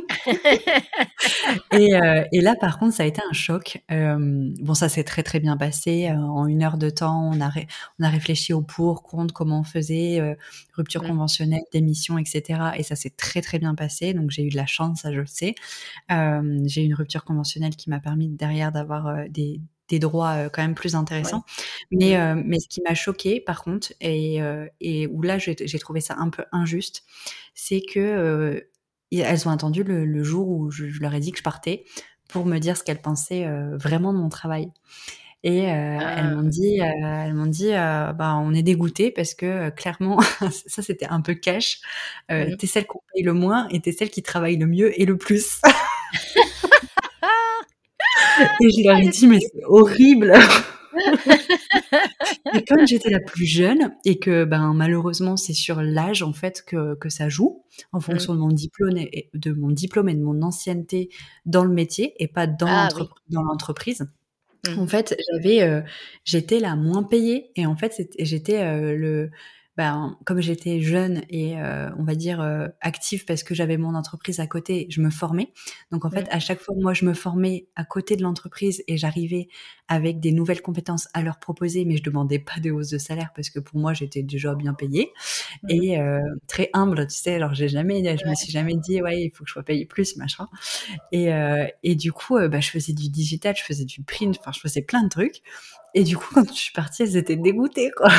Et, euh, et là, par contre, ça a été un choc. Euh, bon, ça s'est très très bien passé. Euh, en une heure de temps, on a, ré- on a réfléchi au pour, contre, comment on faisait, euh, rupture Mm. conventionnelle, démission, et cetera. Et ça s'est très très bien passé. Donc j'ai eu de la chance, ça je le sais. Euh, j'ai eu une rupture conventionnelle qui m'a permis derrière d'avoir euh, des des droits euh, quand même plus Ouais. intéressants. Mais, Mm. euh, mais ce qui m'a choquée, par contre, et, euh, et où là j'ai j'ai trouvé ça un peu injuste, c'est que euh, et elles ont attendu le, le jour où je, je leur ai dit que je partais pour me dire ce qu'elles pensaient euh, vraiment de mon travail. Et euh, elles Ah. m'ont dit, euh, elles m'ont dit, euh, bah on est dégoûté parce que euh, clairement, ça c'était un peu cash. Euh, Mm. t'es celle qu'on paye le moins et t'es celle qui travaille le mieux et le plus. Ah, Et je leur ai elle dit, mais était- c'est horrible. Et comme j'étais la plus jeune et que ben malheureusement c'est sur l'âge en fait que, que ça joue en Mm. fonction de mon diplôme et de mon diplôme et de mon ancienneté dans le métier et pas dans Ah oui. l'entreprise dans l'entreprise. Mm. En fait, j'avais, heu, j'étais la moins payée et en fait, c'était j'étais, heu, le ben, comme j'étais jeune et heu, on va dire, heu, active parce que j'avais mon entreprise à côté, je me formais. Donc en fait, Mm. à chaque fois, moi, je me formais à côté de l'entreprise et j'arrivais avec des nouvelles compétences à leur proposer, mais je demandais pas de hausse de salaire parce que pour moi, j'étais déjà bien payée Mm. et heu, très humble, tu sais? Alors j'ai jamais je me Ouais. suis jamais dit: «Ouais, il faut que je sois payée plus, machin». Et, euh, et du coup, euh, bah, je faisais du digital, je faisais du print, enfin, je faisais plein de trucs. Et du coup, quand je suis partie, elles étaient dégoûtées, quoi.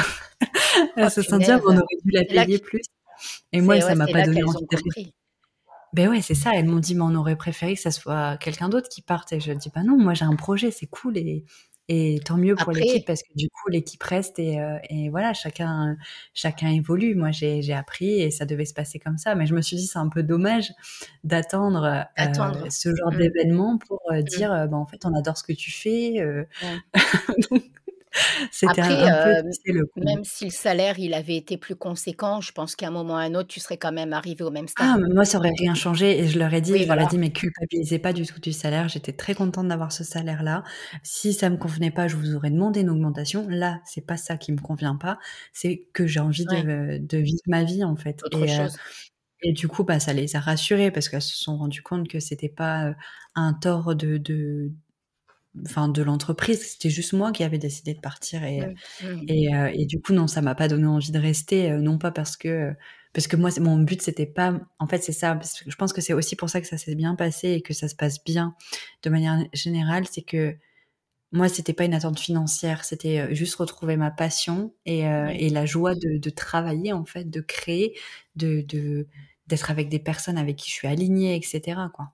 Oh Elles se sont dit, ah, punaise. on aurait dû la C'est là payer que plus. Et moi, c'est ça ouais, m'a c'est pas là donné qu'elles envie ont de rester. compris. Ben ouais, c'est ça. Elles m'ont dit, mais on aurait préféré que ça soit quelqu'un d'autre qui parte. Et je dis, bah non, moi j'ai un projet, c'est cool. Et, et tant mieux pour l'équipe Après, parce que du coup, l'équipe reste et, euh, et voilà, chacun, chacun évolue. Moi, j'ai, j'ai appris et ça devait se passer comme ça. Mais je me suis dit, c'est un peu dommage d'attendre euh, attendre. ce genre Mm. d'événement pour euh, Mm. dire, euh, bah, en fait, on adore ce que tu fais. euh. Ouais. Donc, c'était un, Après, un peu, tu heu, sais, le combo. même si le salaire, il avait été plus conséquent, je pense qu'à un moment ou à un autre, tu serais quand même arrivé au même Ah, stade. mais moi, ça aurait rien changé et je leur ai dit Oui, je leur ai voilà. dit: «Mais culpabilisez pas du tout du salaire, j'étais très contente d'avoir ce salaire-là. Si ça me convenait pas, je vous aurais demandé une augmentation. Là, c'est pas ça qui me convient pas, c'est que j'ai envie Ouais, de de vivre ma vie, en fait» autre et heu chose. et du coup, bah, ça les a rassurées parce qu'elles se sont rendues compte que c'était pas, heu, un tort de de enfin, de l'entreprise, c'était juste moi qui avais décidé de partir et Mmh. Mmh. et, heu et du coup, non, ça m'a pas donné envie de rester, heu, non pas parce que, heu, parce que moi, c'est mon but, c'était pas en fait, c'est ça, parce que je pense que c'est aussi pour ça que ça s'est bien passé et que ça se passe bien de manière générale, c'est que moi, c'était pas une attente financière, c'était, heu, juste retrouver ma passion et heu Ouais. et la joie de de travailler, en fait, de créer, de de d'être avec des personnes avec qui je suis alignée et cetera, quoi.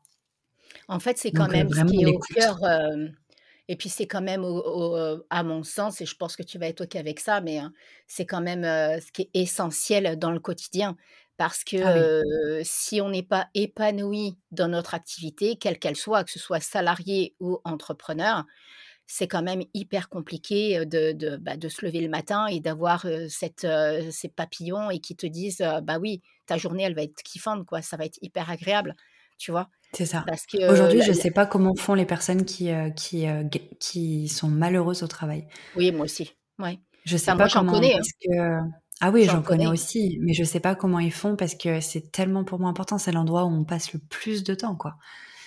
En fait, c'est quand Donc heu, même ce vraiment qui est au l'écoute. cœur, hem et puis c'est quand même au au, heu, à mon sens et je pense que tu vas être OK avec ça, mais, heu, c'est quand même, heu, ce qui est essentiel dans le quotidien. Parce que, Ah oui, heu, si on n'est pas épanoui dans notre activité, quelle qu'elle soit, que ce soit salarié ou entrepreneur, c'est quand même hyper compliqué, heu, de de, bah, de se lever le matin et d'avoir, heu, cette, heu, ces papillons et qui te disent, heu: «Bah oui, ta journée, elle va être kiffante, quoi, ça va être hyper agréable», tu vois? c'est ça. Parce que, heu, Aujourd'hui, la je la sais pas comment font les personnes qui, heu qui, heu, gue qui sont malheureuses au travail. oui, moi aussi, ouais. Je sais Enfin, moi, pas j'en comment connais, hein, parce que ah oui, j'en j'en connais connais. aussi, mais je sais pas comment ils font parce que c'est tellement pour moi important, c'est l'endroit où on passe le plus de temps, quoi.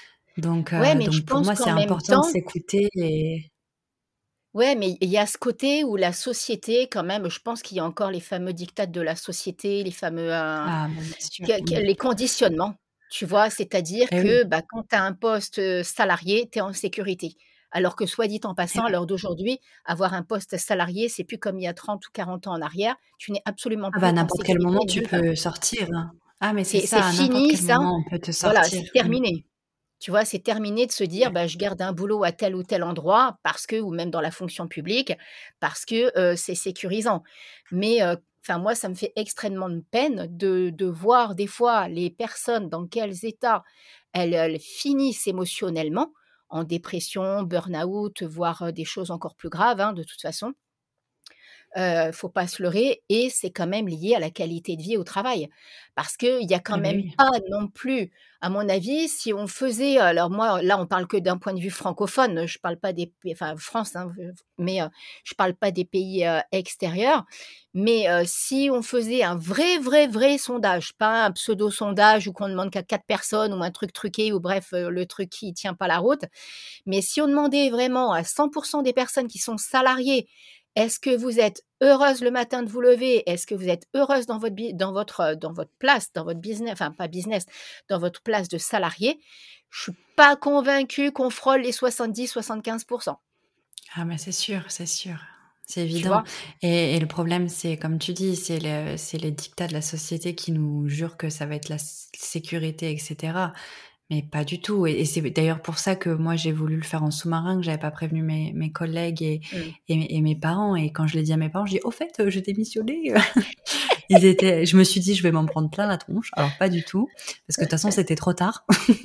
Donc Ouais, heu, mais je donc pour pense moi, c'est qu'en même important de temps s'écouter et ouais, mais il y a ce côté où la société quand même, je pense qu'il y a encore les fameux diktats de la société, les fameux, heu, ah bah, bien sûr, que que mmh les conditionnements, tu vois? C'est-à-dire et que, oui, bah, quand tu as un poste, heu, salarié, tu es en sécurité. Alors que soit dit en et passant, à ouais. l'heure d'aujourd'hui, avoir un poste salarié, c'est plus comme il y a trente ou quarante ans en arrière. Tu n'es absolument Ah bah, plus à en n'importe quel moment, sécurité tu nulle part. peux sortir, hein. Ah mais c'est C'est ça, c'est à n'importe fini quel ça, moment, on peut te voilà, sortir. c'est Mmh. terminé. Tu vois? C'est terminé de se dire: Ouais, «Bah, je garde un boulot à tel ou tel endroit parce que» ou même dans la fonction publique, parce que, heu, c'est sécurisant. Mais, heu, enfin moi, ça me fait extrêmement de peine de de voir des fois les personnes dans quels états elles, elles finissent émotionnellement, en dépression, burn-out, voire, heu, des choses encore plus graves, hein, de toute façon. Heu, faut pas se leurrer et c'est quand même lié à la qualité de vie au travail. Parce qu'il y a quand Eh beh, même oui. pas non plus à mon avis, si on faisait alors moi, là, on parle que d'un point de vue francophone, je parle pas des p enfin France, hein, v mais heu, je parle pas des pays, heu, extérieurs. Mais heu, si on faisait un vrai, vrai, vrai sondage, pas un pseudo sondage où qu'on demande qu'à quatre personnes ou un truc truqué ou bref, heu, le truc qui tient pas la route. Mais si on demandait vraiment à cent pour cent des personnes qui sont salariées: «Est-ce que vous êtes heureuse le matin de vous lever? Est-ce que vous êtes heureuse dans votre bi dans votre, heu, dans votre place, dans votre business enfin pas business, dans votre place de salarié?» je suis pas convaincue qu'on frôle les soixante-dix-soixante-quinze. Ah bah, c'est sûr, c'est sûr. C'est Tu évident vois? et et le problème, c'est comme tu dis, c'est le c'est les diktats de la société qui nous jurent que ça va être la s sécurité et cetera. Mais pas du tout et et c'est d'ailleurs pour ça que moi j'ai voulu le faire en sous-marin, que j'avais pas prévenu mes mes collègues et Mmh. et mes et mes parents et quand je l'ai dit à mes parents, je dis: «Au fait, heu, j'ai démissionné». Ils étaient je me suis dit: «Je vais m'en prendre plein la tronche». Alors pas du tout, parce que de toute façon c'était trop tard.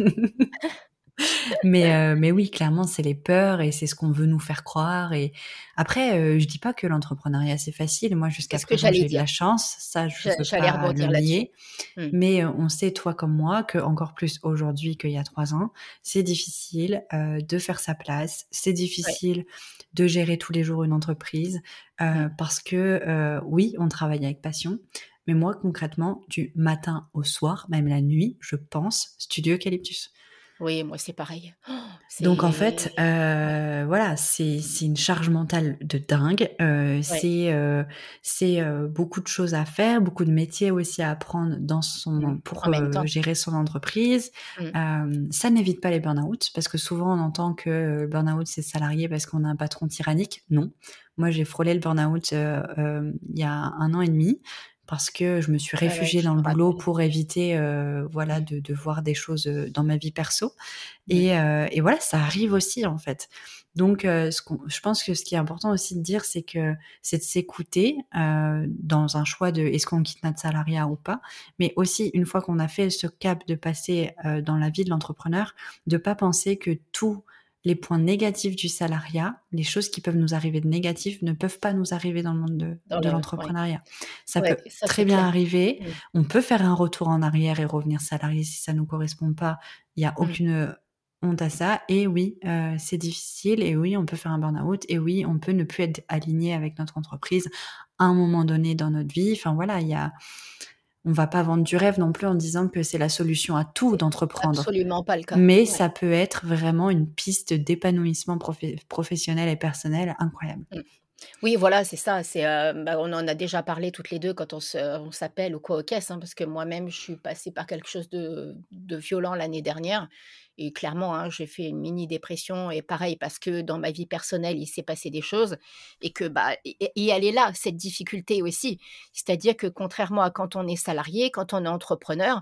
Mais heu, mais oui, clairement, c'est les peurs et c'est ce qu'on veut nous faire croire et après, heu, je dis pas que l'entrepreneuriat, c'est facile. Moi, C'est jusqu'à ce que présent, j'allais j'ai eu de la dire. chance, ça, je J'a veux j'allais pas le rebondir là-dessus. nier. Mmh. Mais heu, on sait, toi comme moi, que encore plus aujourd'hui qu'il y a trois ans, c'est difficile, heu, de faire sa place. C'est Ouais. difficile de gérer tous les jours une entreprise, Mmh. heu, parce que, heu, oui, on travaille avec passion, mais moi, concrètement, du matin au soir, même la nuit, je pense Studio Eucalyptus. Oui, moi, c'est pareil. Donc en C'est fait, ouais, heu, voilà, c'est c'est une charge mentale de dingue, heu, ouais. c'est, heu, c'est, heu, beaucoup de choses à faire, beaucoup de métiers aussi à apprendre dans Mmh. son pour, En même heu, temps. gérer son entreprise. Mmh. Hem, ça n'évite pas les burn-out parce que souvent on entend que, heu, le burn-out c'est salarié parce qu'on a un patron tyrannique. Non. Moi j'ai frôlé le burn-out, heu, hem, il y a un an et demi parce que je me suis Ouais, ouais, réfugiée je dans me le boulot rappelle. pour éviter, heu, voilà Mmh. de de voir des choses, heu, dans ma vie perso. Mmh. Et heu et voilà, ça arrive aussi, en fait. Donc heu, ce qu'on je pense que ce qui est important aussi de dire, c'est que c'est de s'écouter, heu, dans un choix de est-ce qu'on quitte notre salariat ou pas? Mais aussi, une fois qu'on a fait ce cap de passer, heu, dans la vie de l'entrepreneur, de pas penser que tous les points négatifs du salariat, les choses qui peuvent nous arriver de négatif, ne peuvent pas nous arriver dans le monde de Dans de le ouais. l'entrepreneuriat. Ça Ouais, peut ça, très c'est bien clair. arriver, Mmh. on peut faire un retour en arrière et revenir salarié si ça nous correspond pas. Il y a Mmh. aucune, honte à ça et oui, heu, c'est difficile et oui, on peut faire un burn-out et oui, on peut ne plus être aligné avec notre entreprise à un moment donné dans notre vie. Enfin voilà, il y a on va pas vendre du rêve non plus en disant que c'est la solution à tout C'est d'entreprendre, absolument pas le cas. mais Ouais. ça peut être vraiment une piste d'épanouissement profé professionnel et personnel incroyable. Mmh. Oui, voilà, c'est ça, c'est, heu, bah, on en a déjà parlé toutes les deux quand on se on s'appelle ou quoi aux caisses, hein, parce que moi-même, je suis passée par quelque chose de de violent l'année dernière et clairement, hein, j'ai fait une mini dépression et pareil parce que dans ma vie personnelle, il s'est passé des choses et que, bah et et et elle est là, cette difficulté aussi. C'est-à-dire que contrairement à quand on est salarié, quand on est entrepreneur,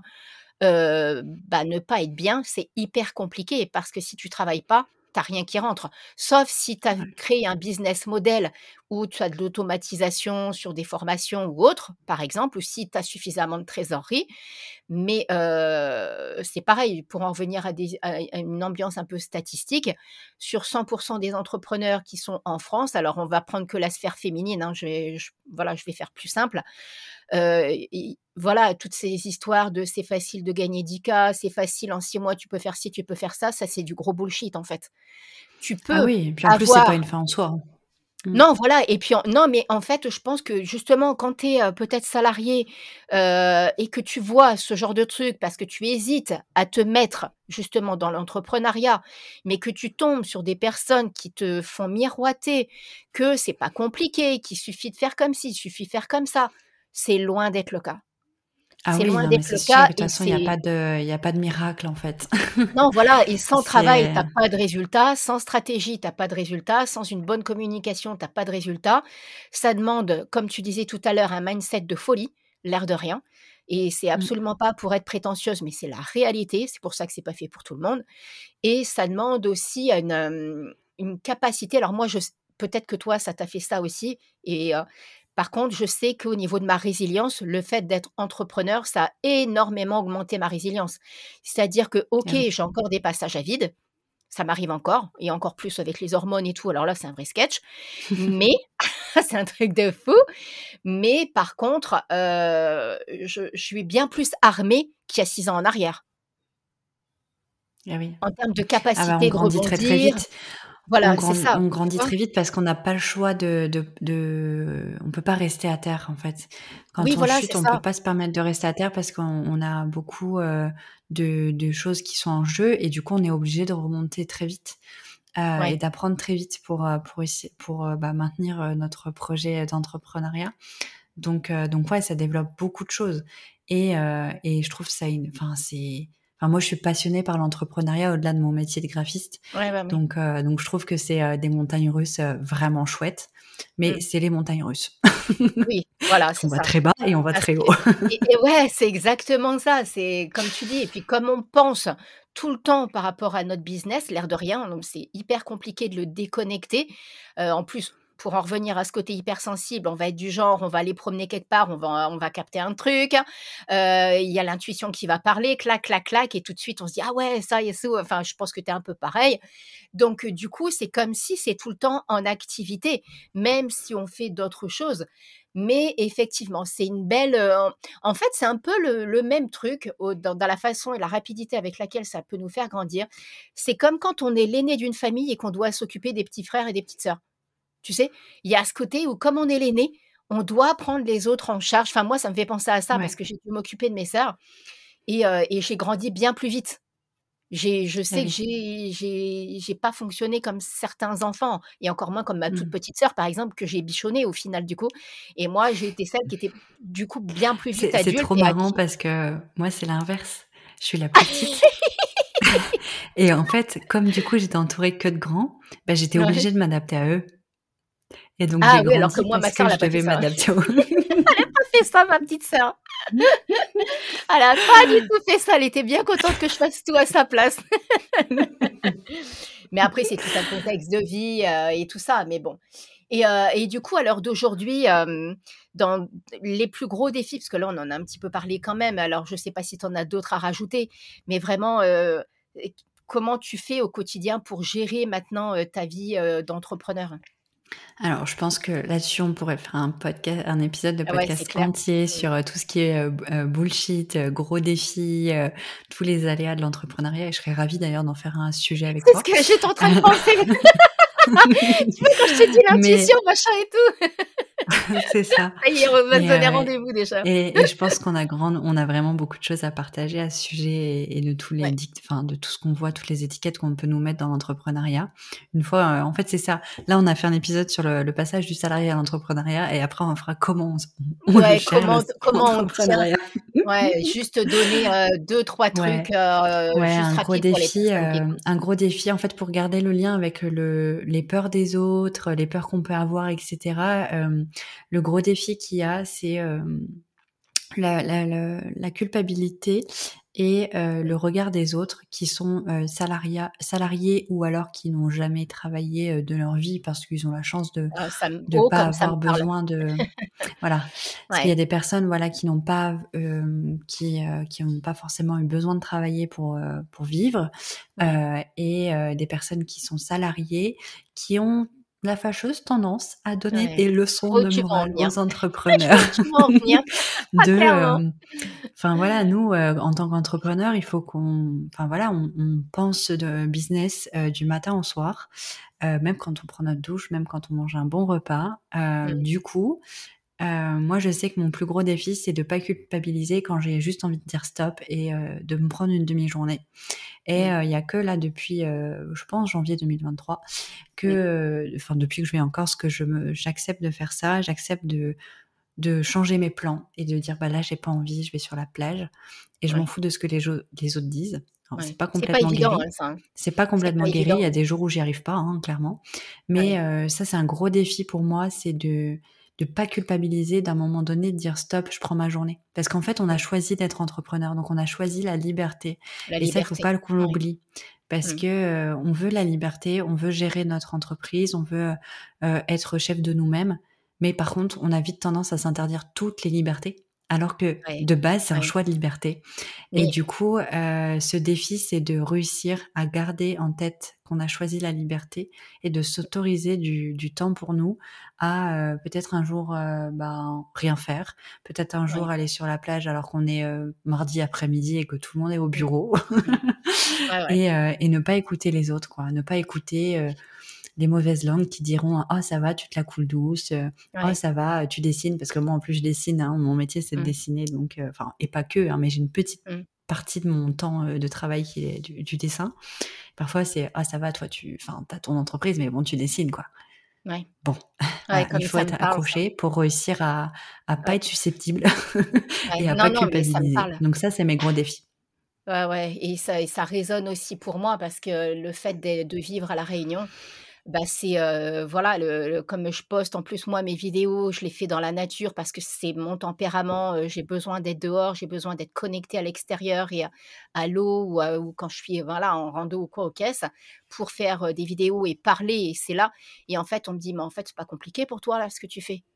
Heu, bah, ne pas être bien, c'est hyper compliqué parce que si tu travailles pas, tu as rien qui rentre. Sauf si tu as Ouais. créé un business model où tu as de l'automatisation sur des formations ou autre, par exemple, ou si tu as suffisamment de trésorerie. Mais heu, c'est pareil, pour en revenir à des à à une ambiance un peu statistique, sur cent pour cent des entrepreneurs qui sont en France, alors on va prendre que la sphère féminine, hein, je vais je voilà, je vais faire plus simple. Heu, i voilà, toutes ces histoires de c'est facile de gagner dix K, c'est facile en six mois tu peux faire ci, tu peux faire ça, ça c'est du gros bullshit en fait. Tu Ah peux oui, puis en plus, c'est pas avoir une fin en soi, hein. Mmh. non voilà et puis en non mais en fait je pense que justement quand tu es, heu, peut-être salarié, heu et que tu vois ce genre de truc parce que tu hésites à te mettre justement dans l'entrepreneuriat, mais que tu tombes sur des personnes qui te font miroiter que c'est pas compliqué, qu'il suffit de faire comme ci, il suffit de faire comme ça, c'est loin d'être le cas. Ah C'est oui, loin non, mais d'être c'est le sûr, de cas toute et façon, il y a c'est pas de il y a pas de miracle, en fait. non, voilà et sans travail, tu C'est as pas de résultat, sans stratégie, tu as pas de résultat, sans une bonne communication, tu as pas de résultat. Ça demande, comme tu disais tout à l'heure, un mindset de folie, l'air de rien et c'est mmh, absolument pas pour être prétentieuse, mais c'est la réalité. C'est pour ça que c'est pas fait pour tout le monde et ça demande aussi une, hem, une capacité alors moi je s peut-être que toi ça t'a fait ça aussi et heu, par contre je sais qu'au niveau de ma résilience, le fait d'être entrepreneur, ça a énormément augmenté ma résilience. C'est-à-dire que, OK, ah oui. j'ai encore des passages à vide, ça m'arrive encore et encore plus avec les hormones et tout, alors là c'est un vrai sketch, mais c'est un truc de fou. Mais par contre, heu, je je suis bien plus armée qu'il y a six ans en arrière. Ah oui. En termes de Ah bah, on capacité de grandit très, très rebondir. vite. On Voilà, c'est grand ça, on tu grandit vois? très vite parce qu'on n'a pas le choix de de de on peut pas rester à terre, en fait. Oui, Quand on voilà, chute, c'est on peut ça. pas se permettre de rester à terre parce qu'on on a beaucoup, heu, de de choses qui sont en jeu et du coup, on est obligé de remonter très vite, heu et Ouais. d'apprendre très vite pour, heu, pour essayer pour, heu, bah, maintenir, heu, notre projet d'entrepreneuriat. Donc heu, donc ouais, ça développe beaucoup de choses et heu et je trouve ça une enfin, c'est enfin, moi, je suis passionnée par l'entrepreneuriat au-delà de mon métier de graphiste. Ouais, ouais, ouais. Donc heu, donc je trouve que c'est, heu, des montagnes russes, heu, vraiment chouettes, mais Mmh. c'est les montagnes russes. Oui, voilà, On c'est va ça. très bas et on va Parce très haut. que et et ouais, c'est exactement ça, c'est comme tu dis et puis comme on pense tout le temps par rapport à notre business, l'air de rien, donc c'est hyper compliqué de le déconnecter. Heu, en plus, pour en revenir à ce côté hypersensible, on va être du genre, on va aller promener quelque part, on va on va capter un truc, heu, il y a l'intuition qui va parler, clac, clac, clac et tout de suite on se dit: «Ah ouais, ça et ça», enfin je pense que tu es un peu pareil. Donc heu, du coup, c'est comme si c'est tout le temps en activité, même si on fait d'autres choses. Mais effectivement, c'est une belle, heu, en en fait, c'est un peu le le même truc au dans dans la façon et la rapidité avec laquelle ça peut nous faire grandir. C'est comme quand on est l'aîné d'une famille et qu'on doit s'occuper des petits frères et des petites sœurs. Tu sais? Il y a ce côté où comme on est l'aîné, on doit prendre les autres en charge. Enfin moi, ça me fait penser à ça parce Ouais. que j'ai dû m'occuper de mes sœurs et heu et j'ai grandi bien plus vite. J'ai je Eh sais que oui. j'ai j'ai j'ai pas fonctionné comme certains enfants et encore moins comme ma toute Mmh. petite sœur, par exemple, que j'ai bichonnée au final, du coup et moi, j'ai été celle qui était, du coup, bien plus vite C'est c'est adulte trop et à marrant qui parce que moi, c'est l'inverse. Je suis la plus petite et en fait, comme du coup, j'étais entourée que de grands, bah, j'étais Ouais. obligée de m'adapter à eux et donc Ah j'ai oui, alors que grandi moi, ma parce sœur, que elle a je pas fait devais ça. m'adapter aux Elle a pas fait ça, ma petite sœur. Elle a pas du tout fait ça, elle était bien contente que je fasse tout à sa place. Mais après, c'est tout un contexte de vie, heu et tout ça, mais bon et heu et du coup, à l'heure d'aujourd'hui, hem, dans les plus gros défis, parce que là, on en a un petit peu parlé quand même, alors je sais pas si tu en as d'autres à rajouter, mais vraiment, heu, et comment tu fais au quotidien pour gérer maintenant, heu, ta vie, heu, d'entrepreneur? Alors, je pense que là-dessus, on pourrait faire un podca un épisode de Ah ouais, c'est podcast clair. entier Mmh. sur, heu, tout ce qui est, heu, b heu, bullshit, heu, gros défis, heu, tous les aléas de l'entrepreneuriat et je serais ravie d'ailleurs d'en faire un sujet avec C'est ce toi. que j'étais en train de penser. Tu vois, quand je t'ai dit Mais l'intuition, machin et tout. c'est ça. Ça y est, on va se Mais, donner heu rendez-vous déjà. et et je pense qu'on a grande on a vraiment beaucoup de choses à partager à ce sujet et et de tous les Ouais. dict enfin, de tout ce qu'on voit, toutes les étiquettes qu'on peut nous mettre dans l'entrepreneuriat. Une fois, heu, en fait, c'est ça. Là, on a fait un épisode sur le le passage du salarié à l'entrepreneuriat et après on fera comment on s on le Ouais, gère le comment s comment on tient. l'entrepreneuriat. Ouais, juste donner, heu, deux trois trucs, Ouais. heu, Ouais, juste un gros rapides pour les défi, personnes qui heu, écoutent. un gros défi, en fait, pour garder le lien avec le les peurs des autres, les peurs qu'on peut avoir et cetera. Hem, le gros défi qu'il y a, c'est, hem, la la le la culpabilité et heu, le regard des autres qui sont, heu, salaria salariés ou alors qui n'ont jamais travaillé, heu, de leur vie parce qu'ils ont la chance de Ah, ça me de oh, pas comme ça me avoir parle. besoin de voilà. Parce qu'il y a Ouais. des personnes, voilà, qui n'ont pas, hem, qui, heu, qui ont pas forcément eu besoin de travailler pour, heu, pour vivre, Mmh. heu et heu, des personnes qui sont salariées, qui ont la fâcheuse tendance à donner Ouais. des Je leçons vois où de tu veux en morale venir. aux Je entrepreneurs. vois où tu veux en venir. Ah, De, clairement. hem, enfin voilà, nous, heu, en tant qu'entrepreneurs, il faut qu'on enfin voilà, on on pense de business, heu, du matin au soir, heu, même quand on prend notre douche, même quand on mange un bon repas. Heu, Mmh. du coup, Heu, moi, je sais que mon plus gros défi, c'est de pas culpabiliser quand j'ai juste envie de dire stop et heu, de me prendre une demi-journée et Mmh. heu, il y a que là depuis, heu, je pense janvier deux mille vingt-trois que, Mmh. heu, enfin depuis que je vais en Corse que je me j'accepte de faire ça. J'accepte de de changer mes plans et de dire: «Bah là, j'ai pas envie, je vais sur la plage» et je m'en Ouais, fous de ce que les jo les autres disent. Alors c'est ouais. pas C'est pas complètement évident, guéri, hein, ça, hein. c'est pas C'est pas complètement guéri. Il évident. y a des jours où j'y arrive pas, hein, clairement. Mais Ouais. heu, ça, c'est un gros défi pour moi, c'est de de pas culpabiliser, d'un moment donné, de dire: «Stop, je prends ma journée». Parce qu'en fait, on a Mmh. choisi d'être entrepreneur, donc on a choisi la liberté La et ça, il faut liberté. pas qu'on Ouais. l'oublie parce Mmh. que, heu, on veut la liberté, on veut gérer notre entreprise, on veut, heu, être chef de nous-mêmes. Mais par contre, on a vite tendance à s'interdire toutes les libertés Alors que Ouais, de base, c'est un ouais. choix de liberté. Et Mais du coup, heu, ce défi, c'est de réussir à garder en tête qu'on a choisi la liberté et de s'autoriser du du temps pour nous à, heu, peut-être un jour, heu, ben, rien faire, peut-être un jour ouais. aller sur la plage alors qu'on est, heu, mardi après-midi et que tout le monde est au Mmh. bureau Mmh. Ouais, ouais. et heu et ne pas écouter les autres, quoi. Ne pas écouter, heu, les mauvaises langues qui diront: «Oh ça va, tu te la coules douce, heu, oh Ouais. ça va, tu dessines», parce que moi en plus je dessine, hein, mon métier c'est de Mmh. dessiner donc heu, enfin et pas que, hein, mais j'ai une petite Mmh. partie de mon temps, heu, de travail qui est du du dessin. Parfois c'est: «Ah ça va toi tu enfin tu as ton entreprise mais bon tu dessines quoi». Ouais. Bon, Ouais, voilà, il comme faut ça me être parle ça. accroché pour réussir à à pas Ouais, être susceptible ouais. et à Non, pas non, mais ça me culpabiliser. parle. Donc ça, c'est mes gros défis. Ouais, ouais et ça et ça résonne aussi pour moi parce que le fait de de vivre à La Réunion, bah, c'est, heu, voilà, le le comme je poste en plus moi mes vidéos, je les fais dans la nature parce que c'est mon tempérament, heu, j'ai besoin d'être dehors, j'ai besoin d'être connectée à l'extérieur et à à l'eau ou à ou quand je suis, voilà, en rando ou quoi aux caisses pour faire, heu, des vidéos et parler et c'est là et en fait, on me dit: «Mais en fait, c'est pas compliqué pour toi là, ce que tu fais?»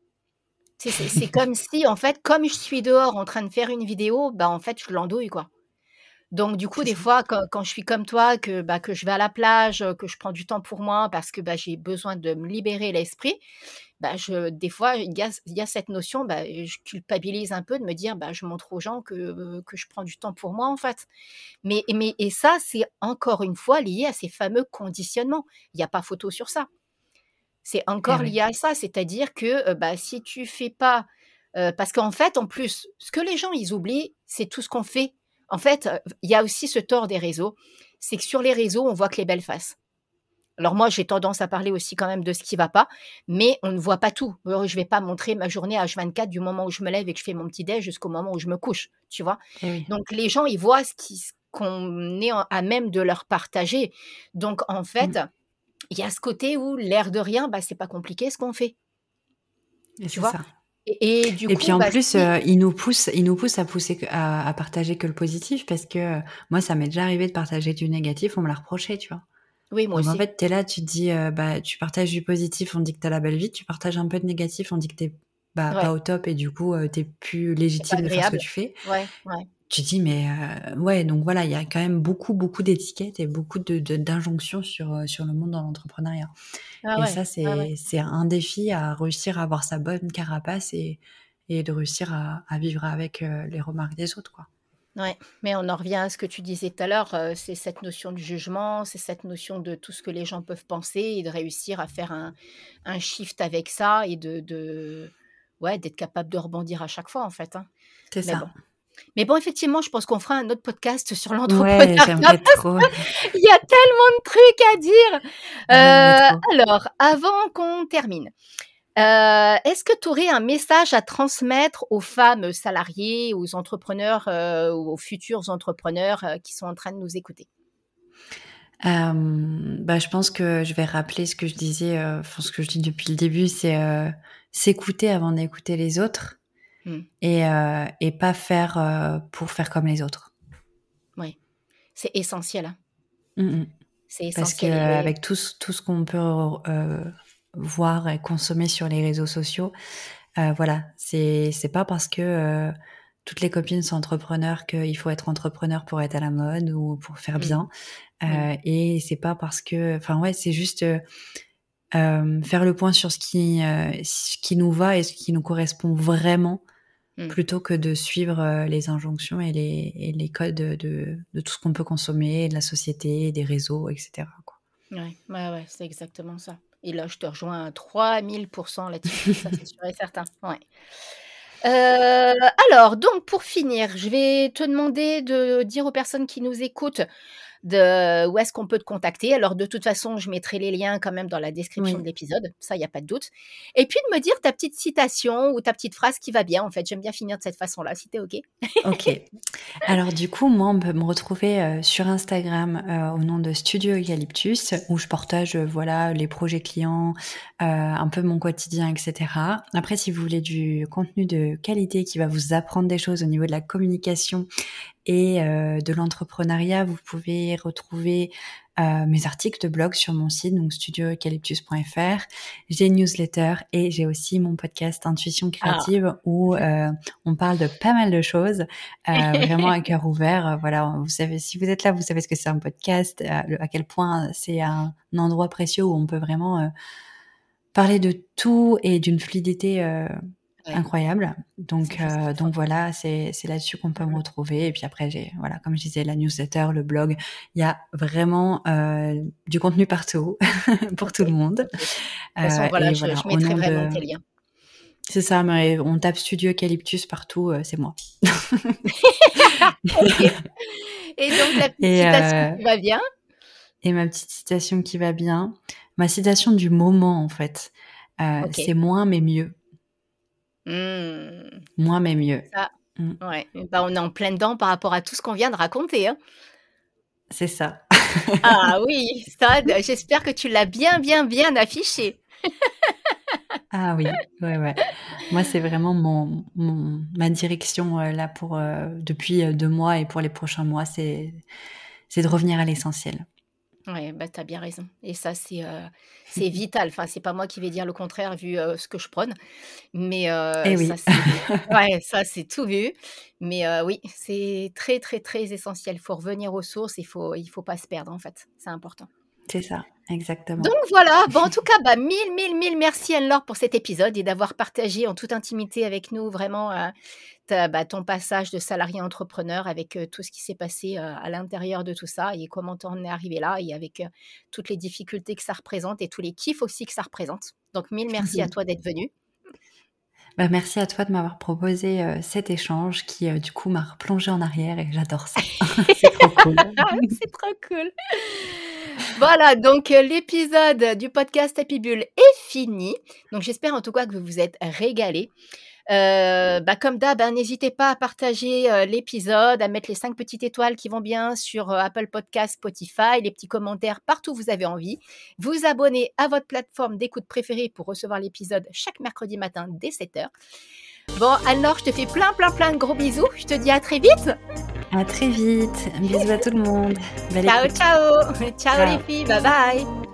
Tu sais, c'est c'est comme si en fait, comme je suis dehors en train de faire une vidéo, bah, en fait, je landouille, quoi. Donc du coup, C'est des ça. fois, quand quand je suis comme toi, que, bah, que je vais à la plage, heu, que je prends du temps pour moi parce que, bah, j'ai besoin de me libérer l'esprit, bah, je des fois, il y a il y a cette notion, bah, je culpabilise un peu de me dire: «Bah, je montre aux gens que, heu, que je prends du temps pour moi, en fait». Mais mais et ça, c'est encore une fois lié à ces fameux conditionnements. Il y a pas photo sur ça. C'est Eh encore ouais. lié à ça, c'est-à-dire que, heu, bah, si tu fais pas, heu, parce qu'en fait, en plus, ce que les gens, ils oublient, c'est tout ce qu'on fait. En fait, heu, il y a aussi ce tort des réseaux, c'est que sur les réseaux, on voit que les belles faces. Alors moi, j'ai tendance à parler aussi quand même de ce qui va pas, mais on ne voit pas tout. Heu, je vais pas montrer ma journée H vingt-quatre du moment où je me lève et que je fais mon petit déj jusqu'au moment où je me couche, tu vois? Eh oui. Donc les gens, ils voient ce qui ce qu'on est en à même de leur partager. Donc en Mmh. fait, il y a ce côté où l'air de rien, bah, c'est pas compliqué ce qu'on fait, Et tu c'est vois? ça. Et et du Et puis coup, en bah, plus, si heu, ils nous poussent ils nous poussent à pousser que à à partager que le positif parce que, heu, moi, ça m'est déjà arrivé de partager du négatif, on me l'a reproché, tu vois? oui, moi Donc en aussi. fait, tu es là, tu te dis, heu, bah, tu partages du positif, on dit que tu as la belle vie, tu partages un peu de négatif, on dit que tu es, bah, pas Ouais, au top et du coup, heu, tu es plus c'est pas légitime de faire ce que agréable. tu fais. Ouais, ouais. Tu te dis: «Mais heu, ouais», donc voilà, il y a quand même beaucoup, beaucoup d'étiquettes et beaucoup de de d'injonctions sur, heu, sur le monde dans l'entrepreneuriat Ah et ouais, ça, ouais, ouais. c'est c'est un défi à réussir à avoir sa bonne carapace et et de réussir à à vivre avec, heu, les remarques des autres, quoi. Ouais, mais on en revient à ce que tu disais tout à l'heure, heu, c'est cette notion du jugement, c'est cette notion de tout ce que les gens peuvent penser et de réussir à faire un un shift avec ça et de de ouais, d'être capable de rebondir à chaque fois, en fait, hein. C'est Mais ça. bon. Mais bon, effectivement, je pense qu'on fera un autre podcast sur Ouais, l'entrepreneuriat j'aimerais trop. il y a tellement de trucs à dire. J'aimerais Heu, trop. alors, avant qu'on termine, heu, est-ce que tu aurais un message à transmettre aux femmes salariées, aux entrepreneurs, heu, ou aux futurs entrepreneurs, heu, qui sont en train de nous écouter? Hem, bah, je pense que je vais rappeler ce que je disais, heu, enfin, ce que je dis depuis le début, c'est, heu, s'écouter avant d'écouter les autres Mmh, et heu et pas faire, heu, pour faire comme les autres. ouais, c'est essentiel, hein. Mmh mh. C'est Parce essentiel et qu'avec tout ce tout ce qu'on peut, heu, voir et consommer sur les réseaux sociaux, heu, voilà, c'est c'est pas parce que, heu, toutes les copines sont entrepreneurs qu'il faut être entrepreneur pour être à la mode ou pour faire mmh, bien, mmh, heu et c'est pas parce que enfin, ouais, c'est juste, heu, hem, faire le point sur ce qui, heu, ce qui nous va et ce qui nous correspond vraiment mmh. plutôt que de suivre, heu, les injonctions et les et les codes de de de tout ce qu'on peut consommer, de la société, des réseaux et cetera, quoi. Ouais, ouais, ouais, c'est exactement ça et là, je te rejoins à trois mille là-dessus. Ça, c'est sûr et certain, ouais. Heu, alors donc pour finir, je vais te demander de dire aux personnes qui nous écoutent de où est-ce qu'on peut te contacter. Alors de toute façon, je mettrai les liens quand même dans la description de Oui. l'épisode, ça, il y a pas de doute et puis de me dire ta petite citation ou ta petite phrase qui va bien, en fait. J'aime bien finir de cette façon-là, si tu es OK? OK. Alors du coup, moi, on peut me retrouver, heu, sur Instagram, heu, au nom de Studio Eucalyptus où je partage, heu, voilà, les projets clients, heu, un peu mon quotidien et cetera. Après, si vous voulez du contenu de qualité qui va vous apprendre des choses au niveau de la communication et euh, de l'entrepreneuriat, vous pouvez retrouver euh, mes articles de blog sur mon site, donc studio eucalyptus point f r. J'ai une newsletter et j'ai aussi mon podcast Intuition créative ah. où euh, on parle de pas mal de choses, euh, vraiment à cœur ouvert. Voilà, vous savez, si vous êtes là, vous savez ce que c'est un podcast, à, à quel point c'est un, un endroit précieux où on peut vraiment euh, parler de tout et d'une fluidité euh, ouais. incroyable. Donc, c'est euh, donc voilà, c'est, c'est là-dessus qu'on peut mmh. me retrouver. Et puis après, j'ai, voilà, comme je disais, la newsletter, le blog. Il y a vraiment euh, du contenu partout pour okay. tout le monde. Okay. De toute façon, euh, voilà, je, voilà, je mettrai vraiment de... tes liens. C'est ça, mais on tape Studio Eucalyptus partout, euh, c'est moi. okay. Et donc, la petite et citation euh... qui va bien. Et ma petite citation qui va bien. Ma citation du moment, en fait, euh, okay. c'est moins mais mieux. Mmh. Moins mais mieux. Ça, mmh. ouais. Bah, on est en plein dedans par rapport à tout ce qu'on vient de raconter. Hein. C'est ça. Ah oui, ça, j'espère que tu l'as bien, bien, bien affiché. Ah oui, ouais, ouais. Moi, c'est vraiment mon, mon ma direction euh, là pour euh, depuis euh, deux mois et pour les prochains mois, c'est c'est de revenir à l'essentiel. Ouais, bah t'as bien raison. Et ça, c'est euh, c'est vital. Enfin, c'est pas moi qui vais dire le contraire vu euh, ce que je prône, mais euh, eh oui. ça, c'est ouais, ça c'est tout vu. Mais euh, oui, c'est très, très, très essentiel. Il faut revenir aux sources. Il faut, il faut pas se perdre en fait. C'est important. C'est ça, exactement. Donc voilà, bon, en tout cas, bah, mille, mille, mille merci Anne-Laure pour cet épisode et d'avoir partagé en toute intimité avec nous vraiment euh, ta, bah, ton passage de salarié entrepreneur avec euh, tout ce qui s'est passé euh, à l'intérieur de tout ça et comment t'en es arrivé là et avec euh, toutes les difficultés que ça représente et tous les kiffs aussi que ça représente. Donc mille merci à toi d'être venu. Bah, merci à toi de m'avoir proposé euh, cet échange qui, euh, du coup, m'a replongé en arrière et j'adore ça. C'est trop cool. C'est trop cool. Voilà, donc euh, l'épisode du podcast Happy Bull est fini. Donc, j'espère en tout cas que vous vous êtes régalés. Euh, bah, comme d'hab, hein, n'hésitez pas à partager euh, l'épisode, à mettre les cinq petites étoiles qui vont bien sur euh, Apple Podcast, Spotify, les petits commentaires partout où vous avez envie. Vous abonner à votre plateforme d'écoute préférée pour recevoir l'épisode chaque mercredi matin dès sept heures. Bon, Anne-Laure, je te fais plein, plein, plein de gros bisous. Je te dis à très vite. À très vite. Bisous à tout le monde. Belle ciao, ciao. Ciao, ciao les filles. Bye bye.